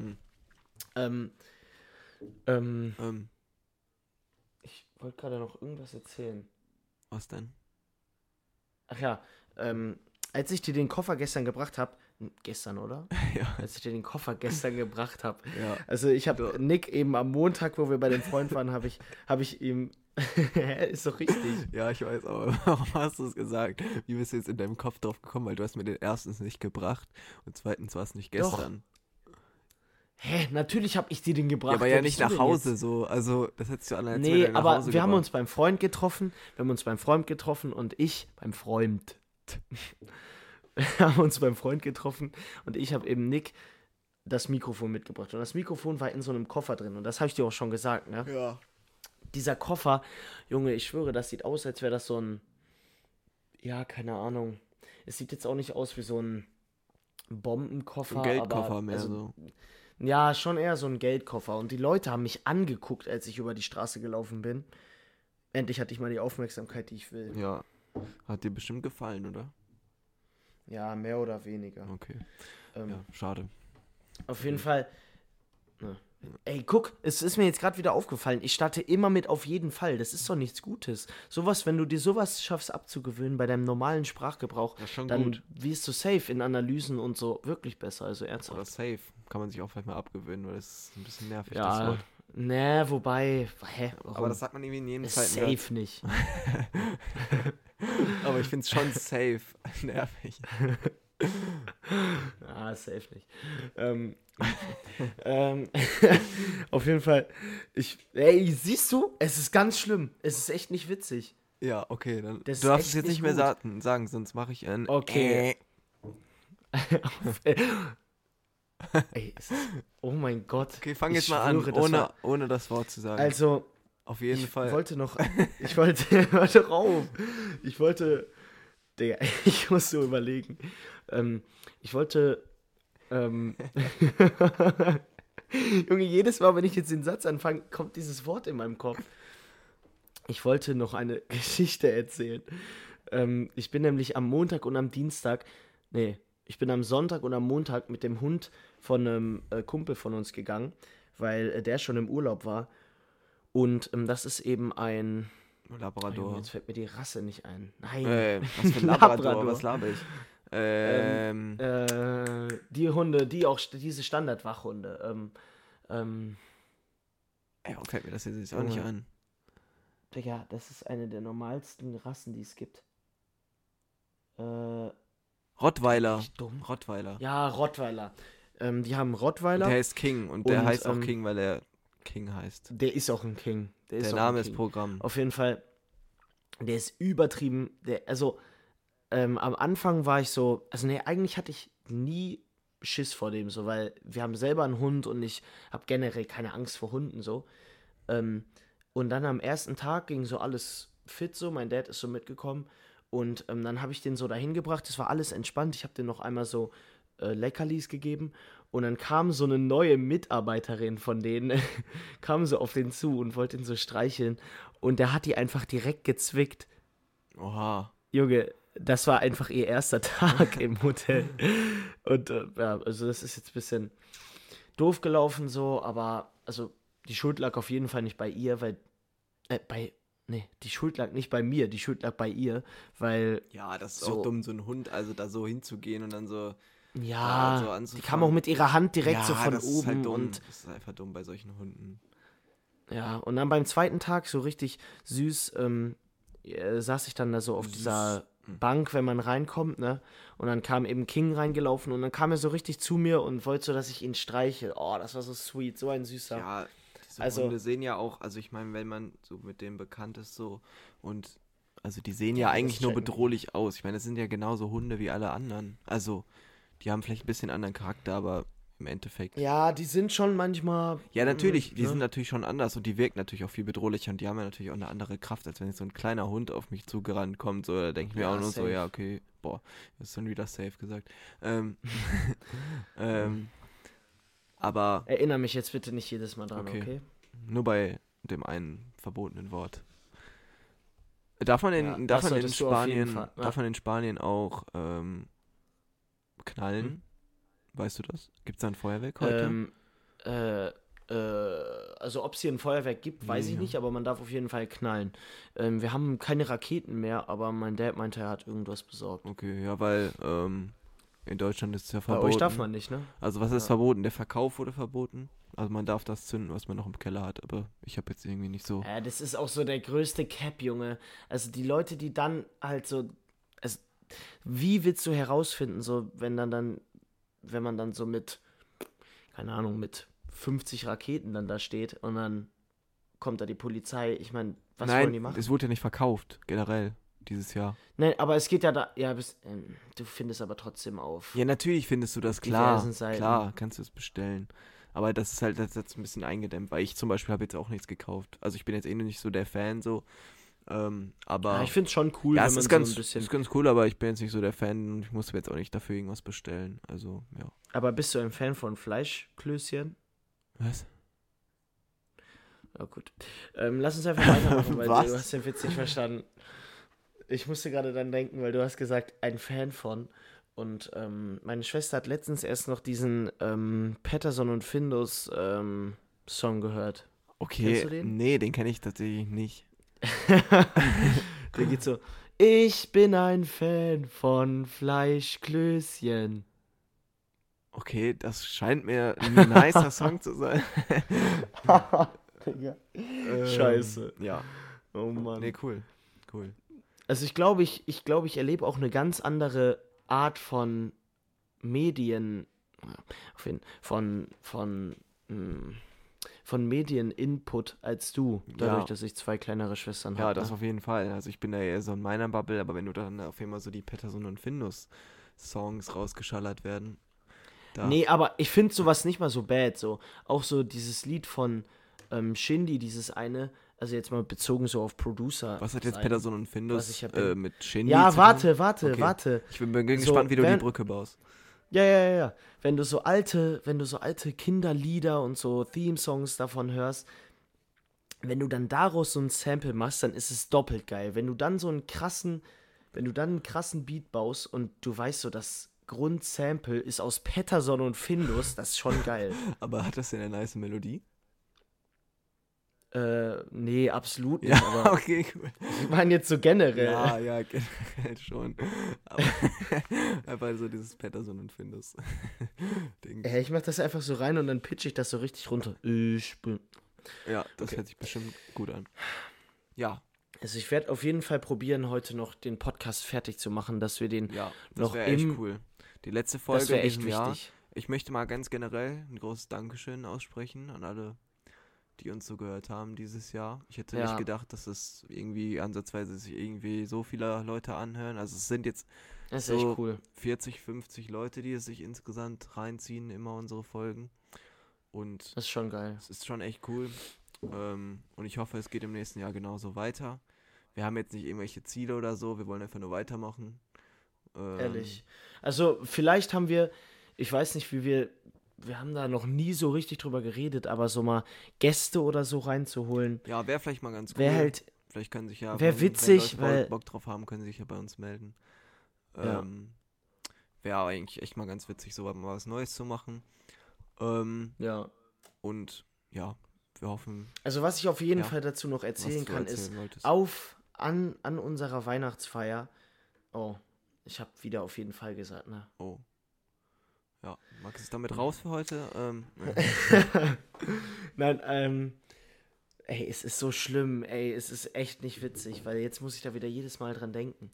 Ich wollte gerade noch irgendwas erzählen. Was denn? Ach ja, als ich dir den Koffer gestern gebracht habe, gestern, oder? Ja. Als ich dir den Koffer gestern gebracht habe. Ja. Also ich habe Nick eben am Montag, wo wir bei dem Freund waren, habe ich ihm, ist doch richtig. Ja, ich weiß, aber warum hast du es gesagt? Wie bist du jetzt in deinem Kopf drauf gekommen? Weil du hast mir den erstens nicht gebracht und zweitens war es nicht gestern. Hä, natürlich habe ich dir den gebracht. Ja, aber Wer ja bist nicht du nach denn Hause jetzt? so. Also, das hättest du an als Nee, nach aber Hause wir haben gebracht. uns beim Freund getroffen. Wir haben uns beim Freund getroffen und ich beim Freund. Wir haben uns beim Freund getroffen und ich habe eben Nick das Mikrofon mitgebracht. Und das Mikrofon war in so einem Koffer drin. Und das habe ich dir auch schon gesagt, ne? Ja. Dieser Koffer, Junge, ich schwöre, das sieht aus, als wäre das so ein, ja, keine Ahnung. Es sieht jetzt auch nicht aus wie so ein Bombenkoffer. Ein Geldkoffer aber, mehr also, so. Ja, schon eher so ein Geldkoffer. Und die Leute haben mich angeguckt, als ich über die Straße gelaufen bin. Endlich hatte ich mal die Aufmerksamkeit, die ich will. Ja. Hat dir bestimmt gefallen, oder? Ja, mehr oder weniger. Okay. Ähm, Ja, schade. Auf jeden Fall. Na, Ey, guck, es ist mir jetzt gerade wieder aufgefallen. Ich starte immer mit auf jeden Fall. Das ist doch nichts Gutes. Sowas, wenn du dir sowas schaffst abzugewöhnen bei deinem normalen Sprachgebrauch, Das ist schon dann gut. wirst du safe in Analysen und so wirklich besser. Also Oder ernsthaft. safe. Kann man sich auch vielleicht mal abgewöhnen, weil das ist ein bisschen nervig, das Ja, Wort. ne, wobei, hä, Aber warum? das sagt man irgendwie in jedem Ist zweiten Satz. safe nicht. Aber ich finde es schon safe. Nervig. Ah, safe nicht. Ähm, ähm, auf jeden Fall, ey, siehst du, es ist ganz schlimm. Es ist echt nicht witzig. Ja, okay, dann. Das Du ist darfst es echt jetzt nicht nicht mehr gut. sagen, sonst mache ich ein. Okay. Ey, es ist, oh mein Gott. Okay, fang Ich jetzt mal an, schwöre, das war, ohne das Wort zu sagen. also, Auf jeden ich Fall. wollte noch, ich wollte, warte rauf. Ich wollte, Digga, ich muss so überlegen. Ich wollte, ähm, Junge, jedes Mal, wenn ich jetzt den Satz anfange, kommt dieses Wort in meinem Kopf. Ich wollte noch eine Geschichte erzählen. Ich bin nämlich am Montag und am Dienstag, nee, ich bin am Sonntag und am Montag mit dem Hund von einem Kumpel von uns gegangen, weil der schon im Urlaub war. Und das ist eben ein. Oh, Junge, Labrador. jetzt fällt mir die Rasse nicht ein. Nein. Was für ein Labrador? Labrador. Was laber ich? Die Hunde, diese Standardwachhunde. Warum fällt mir das jetzt auch nicht Junge. an? Digga, das ist eine der normalsten Rassen, die es gibt. Rottweiler. Ich dumm. Rottweiler. Ja, Rottweiler. Die haben Und Rottweiler. der heißt King. Und der Und, heißt auch King, weil er King heißt. Der ist auch ein King. Der Name ist Programm. Auf jeden Fall, der ist übertrieben. Am Anfang war ich so, also nee, eigentlich hatte ich nie Schiss vor dem, so, weil wir haben selber einen Hund und ich habe generell keine Angst vor Hunden, so. Und dann am ersten Tag ging so alles fit, so, mein Dad ist so mitgekommen und dann habe ich den so dahin gebracht, das war alles entspannt, ich habe den noch einmal so Leckerlis gegeben und dann kam so eine neue Mitarbeiterin von denen, kam so auf den zu und wollte ihn so streicheln und der hat die einfach direkt gezwickt. Oha. Junge, das war einfach ihr erster Tag im Hotel. Und ja, also das ist jetzt ein bisschen doof gelaufen so, aber also die Schuld lag auf jeden Fall nicht bei ihr, weil, die Schuld lag nicht bei mir, die Schuld lag bei ihr, weil, Ja, das ist so, auch dumm, so ein Hund, also da so hinzugehen und dann so, ja, so die anzufangen. kam auch mit ihrer Hand direkt so Ja, von das ist halt oben dumm. und Das ist einfach dumm bei solchen Hunden. ja, und dann beim zweiten Tag so richtig süß, saß ich dann da so auf dieser Bank, wenn man reinkommt, ne? Und dann kam eben King reingelaufen und dann kam er so richtig zu mir und wollte so, dass ich ihn streiche. Oh, das war so sweet, so ein süßer. Ja, diese Also- Hunde sehen ja auch, also ich meine, wenn man so mit denen bekannt ist so und also die sehen ja Ja, das eigentlich nur checken. bedrohlich aus. Ich meine, das sind ja genauso Hunde wie alle anderen. Also, die haben vielleicht ein bisschen anderen Charakter, aber im Endeffekt. Ja, die sind schon manchmal. Ja, natürlich, die ne? sind natürlich schon anders und die wirken natürlich auch viel bedrohlicher und die haben ja natürlich auch eine andere Kraft, als wenn jetzt so ein kleiner Hund auf mich zugerannt kommt. So, da denke ich mir Ja, auch nur so, safe. ja, okay, boah, das ist dann wieder safe gesagt. Aber Erinnere mich jetzt bitte nicht jedes Mal dran, Okay. okay? nur bei dem einen verbotenen Wort. Darf man Ja, in, das darf man in solltest du auf jeden Spanien, Fall, ja. darf man in Spanien auch knallen? Weißt du das? Gibt es da ein Feuerwerk heute? Äh, also ob es hier ein Feuerwerk gibt, weiß ich Ja. nicht, aber man darf auf jeden Fall knallen. Wir haben keine Raketen mehr, aber mein Dad meinte, er hat irgendwas besorgt. Okay, ja, weil in Deutschland ist es ja Bei verboten. euch darf man nicht, ne? Also was ist Ja. verboten? Der Verkauf wurde verboten. Also man darf das zünden, was man noch im Keller hat, aber ich habe jetzt irgendwie nicht so. Das ist auch so der größte Cap, Junge. Also die Leute, die dann halt so. Also, wie willst du herausfinden, so, wenn man dann so mit, keine Ahnung, mit 50 Raketen dann da steht und dann kommt da die Polizei. Ich meine, was wollen die Nein, machen? es wurde ja nicht verkauft, generell, dieses Jahr. Nein, aber es geht ja da. Ja, du findest aber trotzdem auf. Ja, natürlich findest du das, klar. Diversen Seiten. Klar, kannst du es bestellen. Aber das ist halt, das ist ein bisschen eingedämmt, weil ich zum Beispiel habe jetzt auch nichts gekauft. Also ich bin jetzt nicht so der Fan so. Aber Ja, ich finde es schon cool, ja, wenn es man ist so ganz, ein bisschen. ist ganz cool, aber ich bin jetzt nicht so der Fan und ich muss jetzt auch nicht dafür irgendwas bestellen. Also, ja. Aber bist du ein Fan von Fleischklößchen? Was? Ja, gut. Lass uns einfach weitermachen, weil Was? du hast den Witz nicht verstanden. Ich musste gerade dann denken, weil du hast gesagt, ein Fan von. Und meine Schwester hat letztens erst noch diesen Patterson und Findus Song gehört. Okay, Kennst du den? nee, den kenne ich tatsächlich nicht. Der geht so: Ich bin ein Fan von Fleischklößchen. Okay, das scheint mir ein nicer Song zu sein. Digga. Scheiße. Ja, Oh Mann. nee, cool. Cool. Also ich erlebe auch eine ganz andere Art von Medien, von Medieninput als du, dadurch, Ja. dass ich zwei kleinere Schwestern Ja, habe. das Ne? auf jeden Fall. Also ich bin da eher so in meiner Bubble, aber wenn du dann auf einmal so die Peterson und Findus Songs rausgeschallert werden, da. Nee, aber ich finde sowas nicht mal so bad. So. Auch so dieses Lied von Shindy, dieses eine, also jetzt mal bezogen so auf Producer. Was hat jetzt sein, Peterson und was Findus ich ja mit Shindy Ja, zu warte, tun? Okay. warte. Ich bin So, gespannt, wie du die wenn- Brücke baust. Ja. Wenn du so alte Kinderlieder und so Theme-Songs davon hörst, wenn du dann daraus so ein Sample machst, dann ist es doppelt geil. Wenn du dann einen krassen Beat baust und du weißt so, das Grundsample ist aus Peterson und Findus, das ist schon geil. Aber hat das denn eine nice Melodie? Nee, absolut nicht, Ja, aber okay, cool. ich meine jetzt so generell. Ja, generell schon. Aber einfach so dieses Peterson und Findus Ding. Ich mach das einfach so rein und dann pitch ich das so richtig runter. Ich bin. Ja, das Okay. hört sich bestimmt gut an. Ja, Also ich werde auf jeden Fall probieren, heute noch den Podcast fertig zu machen, dass wir den ja, das noch wäre echt im. cool. Die letzte Das Folge wäre in echt diesem Jahr. wichtig. Ich möchte mal ganz generell ein großes Dankeschön aussprechen an alle, die uns so gehört haben dieses Jahr. Ich hätte Ja. nicht gedacht, dass es irgendwie ansatzweise sich irgendwie so viele Leute anhören. Also es sind jetzt Das ist so echt cool. 40, 50 Leute, die es sich insgesamt reinziehen, immer unsere Folgen. Und Das ist schon geil. es ist schon echt cool. Und ich hoffe, es geht im nächsten Jahr genauso weiter. Wir haben jetzt nicht irgendwelche Ziele oder so, wir wollen einfach nur weitermachen. Ehrlich. Also vielleicht haben wir, ich weiß nicht, wir haben da noch nie so richtig drüber geredet, aber so mal Gäste oder so reinzuholen, Ja, wäre vielleicht mal ganz cool. wäre halt, Vielleicht können sich ja, wär witzig, wenn Leute weil- Bock drauf haben, können sie sich ja bei uns melden. Ja. Wäre eigentlich echt mal ganz witzig, so mal was Neues zu machen. ja. Und ja, wir hoffen, Also was ich auf jeden Ja. Fall dazu noch erzählen was du kann, ist, erzählen wolltest. an unserer Weihnachtsfeier, oh, ich habe wieder auf jeden Fall gesagt, ne? Oh. Ja, Max ist damit raus für heute. Nein, ey, es ist so schlimm, ey, es ist echt nicht witzig, weil jetzt muss ich da wieder jedes Mal dran denken.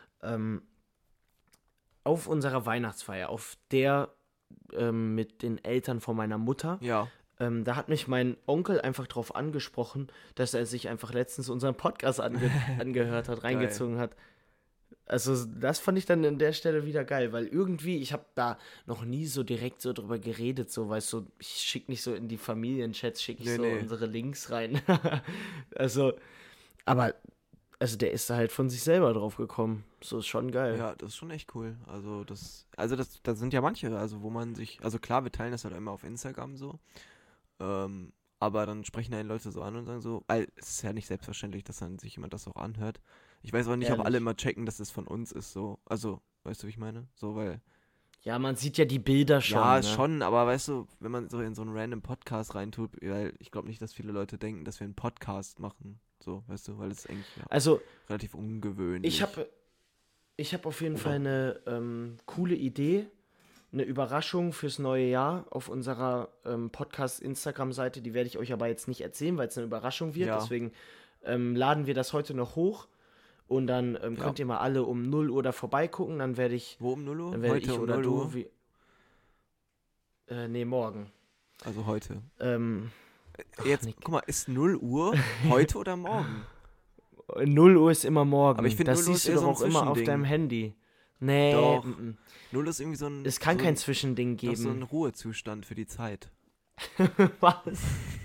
Auf unserer Weihnachtsfeier, auf der mit den Eltern von meiner Mutter, Ja, da hat mich mein Onkel einfach drauf angesprochen, dass er sich einfach letztens unseren Podcast angehört hat, reingezogen hat. Also das fand ich dann an der Stelle wieder geil, weil irgendwie, ich habe da noch nie so direkt so drüber geredet, so, weißt du, ich schicke nicht so in die Familienchats, schicke ich Nee, so nee. unsere Links rein. Also, aber, also der ist da halt von sich selber drauf gekommen. So ist schon geil. ja, das ist schon echt cool. Also das sind ja manche, also wo man sich, also klar, wir teilen das halt immer auf Instagram so, aber dann sprechen einen Leute so an und sagen so, weil es ist ja nicht selbstverständlich, dass dann sich jemand das auch anhört. Ich weiß auch nicht, ob Ehrlich. alle immer checken, dass es von uns ist, so, also, weißt du, wie ich meine? So, weil, Ja, man sieht ja die Bilder schon. ja, ne? schon, aber weißt du, wenn man so in so einen random Podcast reintut, weil ich glaube nicht, dass viele Leute denken, dass wir einen Podcast machen, so, weißt du, weil es eigentlich ja, Also, relativ ungewöhnlich. ich hab auf jeden Oder? Fall eine coole Idee, eine Überraschung fürs neue Jahr auf unserer Podcast-Instagram-Seite. Die werde ich euch aber jetzt nicht erzählen, weil es eine Überraschung wird. Ja. Deswegen laden wir das heute noch hoch und dann könnt ihr mal alle um 0 Uhr da vorbeigucken. Dann werde ich, Wo um 0 Uhr? dann werde Heute ich um oder 0 du, Uhr? nee, morgen. Also heute. Jetzt, Guck mal, ist 0 Uhr heute oder morgen? 0 Uhr ist immer morgen. Aber ich find, das 0 Uhr siehst ist du eher doch so auch ein immer auf Zwischending. deinem Handy. Nee, Doch. 0 0 ist irgendwie so ein. Es kann so kein ein, Zwischending doch so ein geben. Ruhezustand für die Zeit. Was?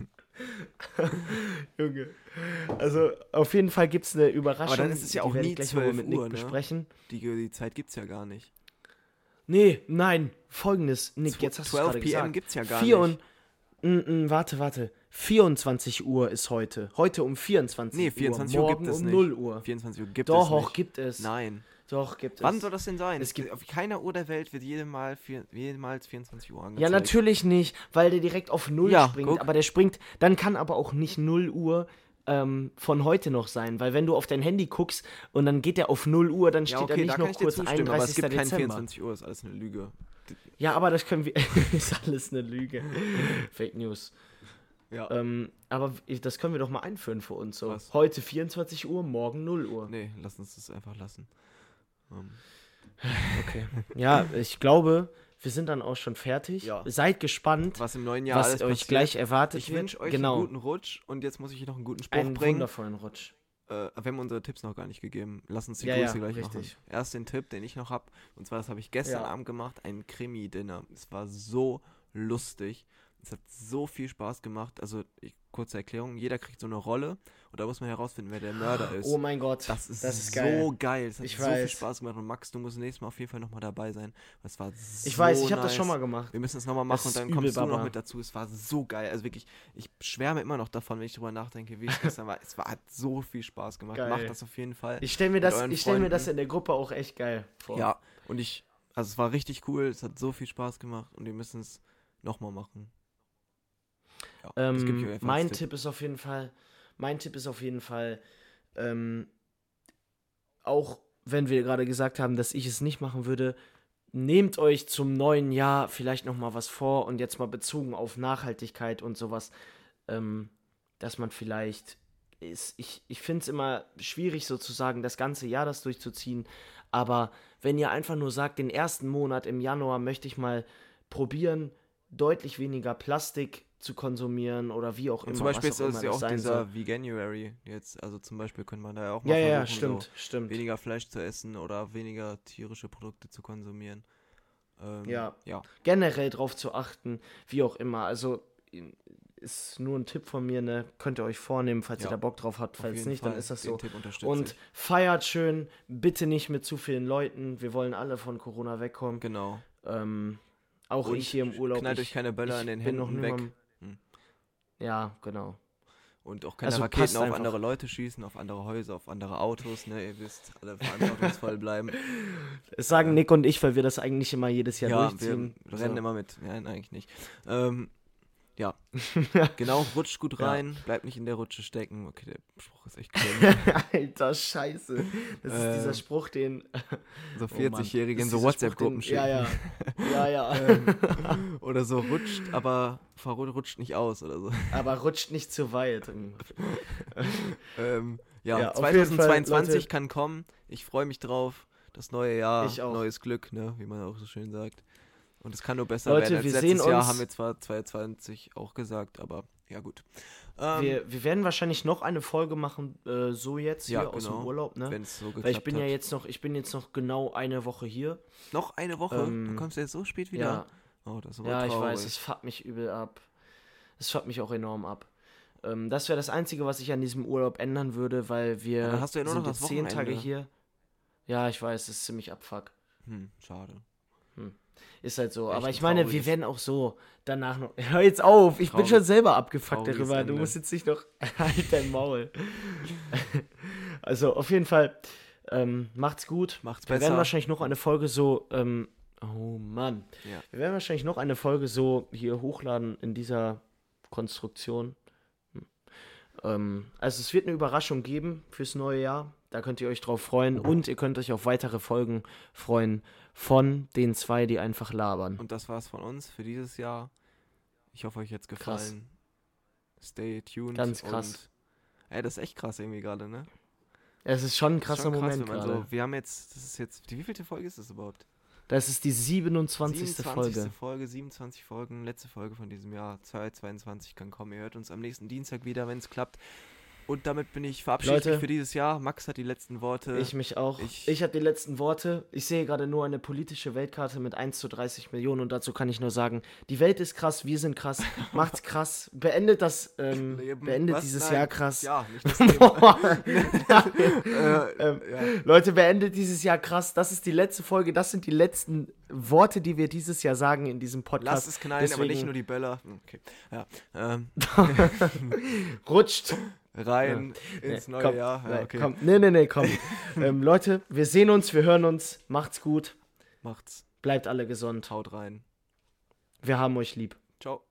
Junge. Also, auf jeden Fall gibt es eine Überraschung. Aber dann ist es ja die auch werde nie ich gleich 12 mal mit Nick Uhr, ne? besprechen. Die Zeit gibt's ja gar nicht. Nee, nein. Folgendes. Nick, jetzt hast du es 12 gerade PM gesagt. gibt's ja gar 4 nicht. Warte. 24 Uhr ist heute. Heute um 24 Nee, Uhr. 24 Uhr Morgen gibt es um nicht. 0 Uhr. 24 Uhr gibt Doch, es nicht. gibt es. Nein. Doch, gibt es. Wann soll das denn sein? Es gibt auf keiner Uhr der Welt wird jemals 24 Uhr angezeigt. Ja, natürlich nicht, weil der direkt auf 0 springt. Guck. Aber der springt, dann kann aber auch nicht 0 Uhr von heute noch sein. Weil wenn du auf dein Handy guckst und dann geht der auf 0 Uhr, dann steht da nicht noch kurz 31. Aber es gibt kein Dezember. 24 Uhr, ist alles eine Lüge. Ja, aber das können wir... ist alles eine Lüge. Fake News. Ja. Aber das können wir doch mal einführen für uns. So. Was? Heute 24 Uhr, morgen 0 Uhr. Nee, lass uns das einfach lassen. Okay. Ja, ich glaube, wir sind dann auch schon fertig. Ja. Seid gespannt, was im neuen Jahr was alles euch passiert. gleich erwartet. Ich wünsche euch genau. einen guten Rutsch und jetzt muss ich noch einen guten Spruch Einen bringen. wundervollen Rutsch. Wir haben unsere Tipps noch gar nicht gegeben. Lass uns die Ja, Grüße gleich richtig. machen. Erst den Tipp, den ich noch habe. Und zwar, das habe ich gestern Abend gemacht, ein Krimi-Dinner. Es war so lustig. Es hat so viel Spaß gemacht. Also, kurze Erklärung, jeder kriegt so eine Rolle und da muss man herausfinden, wer der Mörder ist. Oh mein Gott, das ist so geil. geil. Es hat Ich so weiß. viel Spaß gemacht. Und Max, du musst nächstes Mal auf jeden Fall nochmal dabei sein. Es war so Ich weiß, ich habe nice. das schon mal gemacht. Wir müssen es nochmal machen Das und ist dann übel kommst du noch Baba. mit dazu. Es war so geil. Also wirklich, ich schwärme immer noch davon, wenn ich drüber nachdenke, wie es gestern war. Hat so viel Spaß gemacht. Geil. Macht das auf jeden Fall. Ich stelle mir, mit euren stell mir das Freunden. in der Gruppe auch echt geil vor. Ja, und also es war richtig cool. Es hat so viel Spaß gemacht und wir müssen es nochmal machen. Ja, das gebe ich euch einfach mein als Tipp ist auf jeden Fall, auch wenn wir gerade gesagt haben, dass ich es nicht machen würde, nehmt euch zum neuen Jahr vielleicht nochmal was vor und jetzt mal bezogen auf Nachhaltigkeit und sowas, dass man vielleicht ich finde es immer schwierig sozusagen, das ganze Jahr das durchzuziehen, aber wenn ihr einfach nur sagt, den ersten Monat im Januar möchte ich mal probieren, deutlich weniger Plastik zu konsumieren oder wie auch immer. Zum Beispiel ist was das ja immer auch sein dieser soll. Veganuary jetzt, also zum Beispiel könnte man da ja auch mal Ja, versuchen, stimmt. weniger Fleisch zu essen oder weniger tierische Produkte zu konsumieren. Ja. Ja. Generell drauf zu achten, wie auch immer. Also ist nur ein Tipp von mir, ne? Könnt ihr euch vornehmen, falls ihr da Bock drauf habt. Falls nicht, dann ist das so. Und feiert schön, bitte nicht mit zu vielen Leuten. Wir wollen alle von Corona wegkommen. Genau. Auch ich hier im Urlaub. Knallt euch keine Böller in den Händen weg. Ja, genau. Und auch keine Raketen auf andere Leute schießen, auf andere Häuser, auf andere Autos, ne? Ihr wisst, alle verantwortungsvoll bleiben. Das sagen Nick und ich, weil wir das eigentlich immer jedes Jahr durchziehen. Wir rennen immer mit. Nein, eigentlich nicht. Ja, genau, rutscht gut rein, bleibt nicht in der Rutsche stecken. Okay, der Spruch ist echt cringe. Alter, scheiße. Das ist dieser Spruch, den... so 40-Jährigen in so WhatsApp-Gruppen schicken. Ja. Oder so rutscht, aber rutscht nicht aus oder so. Aber rutscht nicht zu weit. 2022 Fall, Leute, kann kommen. Ich freue mich drauf. Das neue Jahr, Ich auch. neues Glück, ne, wie man auch so schön sagt. Und es kann nur besser Leute, werden als wir letztes sehen Jahr, uns- haben wir zwar 2020 auch gesagt, aber ja gut. Wir werden wahrscheinlich noch eine Folge machen, so jetzt hier aus dem Urlaub, ne? Wenn es so geklappt Weil ich bin hat. ja ich bin jetzt noch genau eine Woche hier. Noch eine Woche? Dann kommst du jetzt so spät wieder? Ja, Oh, das ist aber ja, ich traurig. weiß, es fuckt mich übel ab. Es fuckt mich auch enorm ab. Das wäre das Einzige, was ich an diesem Urlaub ändern würde, weil wir Ja, dann hast du ja nur sind noch das jetzt 10 Tage Wochenende. hier. Ja, ich weiß, es ist ziemlich abfuck. Schade. Ist halt so. Echt Aber ich meine, traurig. wir werden auch so danach noch. Hör jetzt auf! Ich bin Traurig. schon selber abgefuckt Trauriges darüber. Du Ende. musst jetzt nicht noch. Halt dein Maul. Also, auf jeden Fall, macht's gut. Macht's Wir besser. werden wahrscheinlich noch eine Folge so. Oh Mann. Ja. Wir werden wahrscheinlich noch eine Folge so hier hochladen in dieser Konstruktion. Also, es wird eine Überraschung geben fürs neue Jahr. Da könnt ihr euch drauf freuen. Und ihr könnt euch auf weitere Folgen freuen von den zwei, die einfach labern. Und das war's von uns für dieses Jahr. Ich hoffe, euch hat's gefallen. Stay tuned. Ganz krass. Und, das ist echt krass irgendwie gerade, ne? Es ist schon ein Das ist krasser schon krass, Moment wenn man gerade. so, wir haben jetzt, das ist jetzt, wie vielte Folge ist das überhaupt? Das ist die 27. 27. Folge. 27 Folgen, letzte Folge von diesem Jahr. 2022 kann kommen. Ihr hört uns am nächsten Dienstag wieder, wenn es klappt. Und damit verabschiede ich Leute, mich für dieses Jahr. Max hat die letzten Worte. Ich mich auch. Ich- Ich habe die letzten Worte. Ich sehe gerade nur eine politische Weltkarte mit 1:30 Millionen und dazu kann ich nur sagen, die Welt ist krass, wir sind krass, macht's krass, beendet das, Leben. beendet Was? dieses Nein. Jahr krass. Ja, nicht das Leben. Ja. Leute, beendet dieses Jahr krass. Das ist die letzte Folge. Das sind die letzten Worte, die wir dieses Jahr sagen in diesem Podcast. Lass es knallen, aber nicht Deswegen nur die Böller. Okay. Ja. rutscht rein ins neue Jahr. Ja, okay. Komm. Nee, komm. Leute, wir sehen uns, wir hören uns. Macht's gut. Macht's. Bleibt alle gesund. Haut rein. Wir haben euch lieb. Ciao.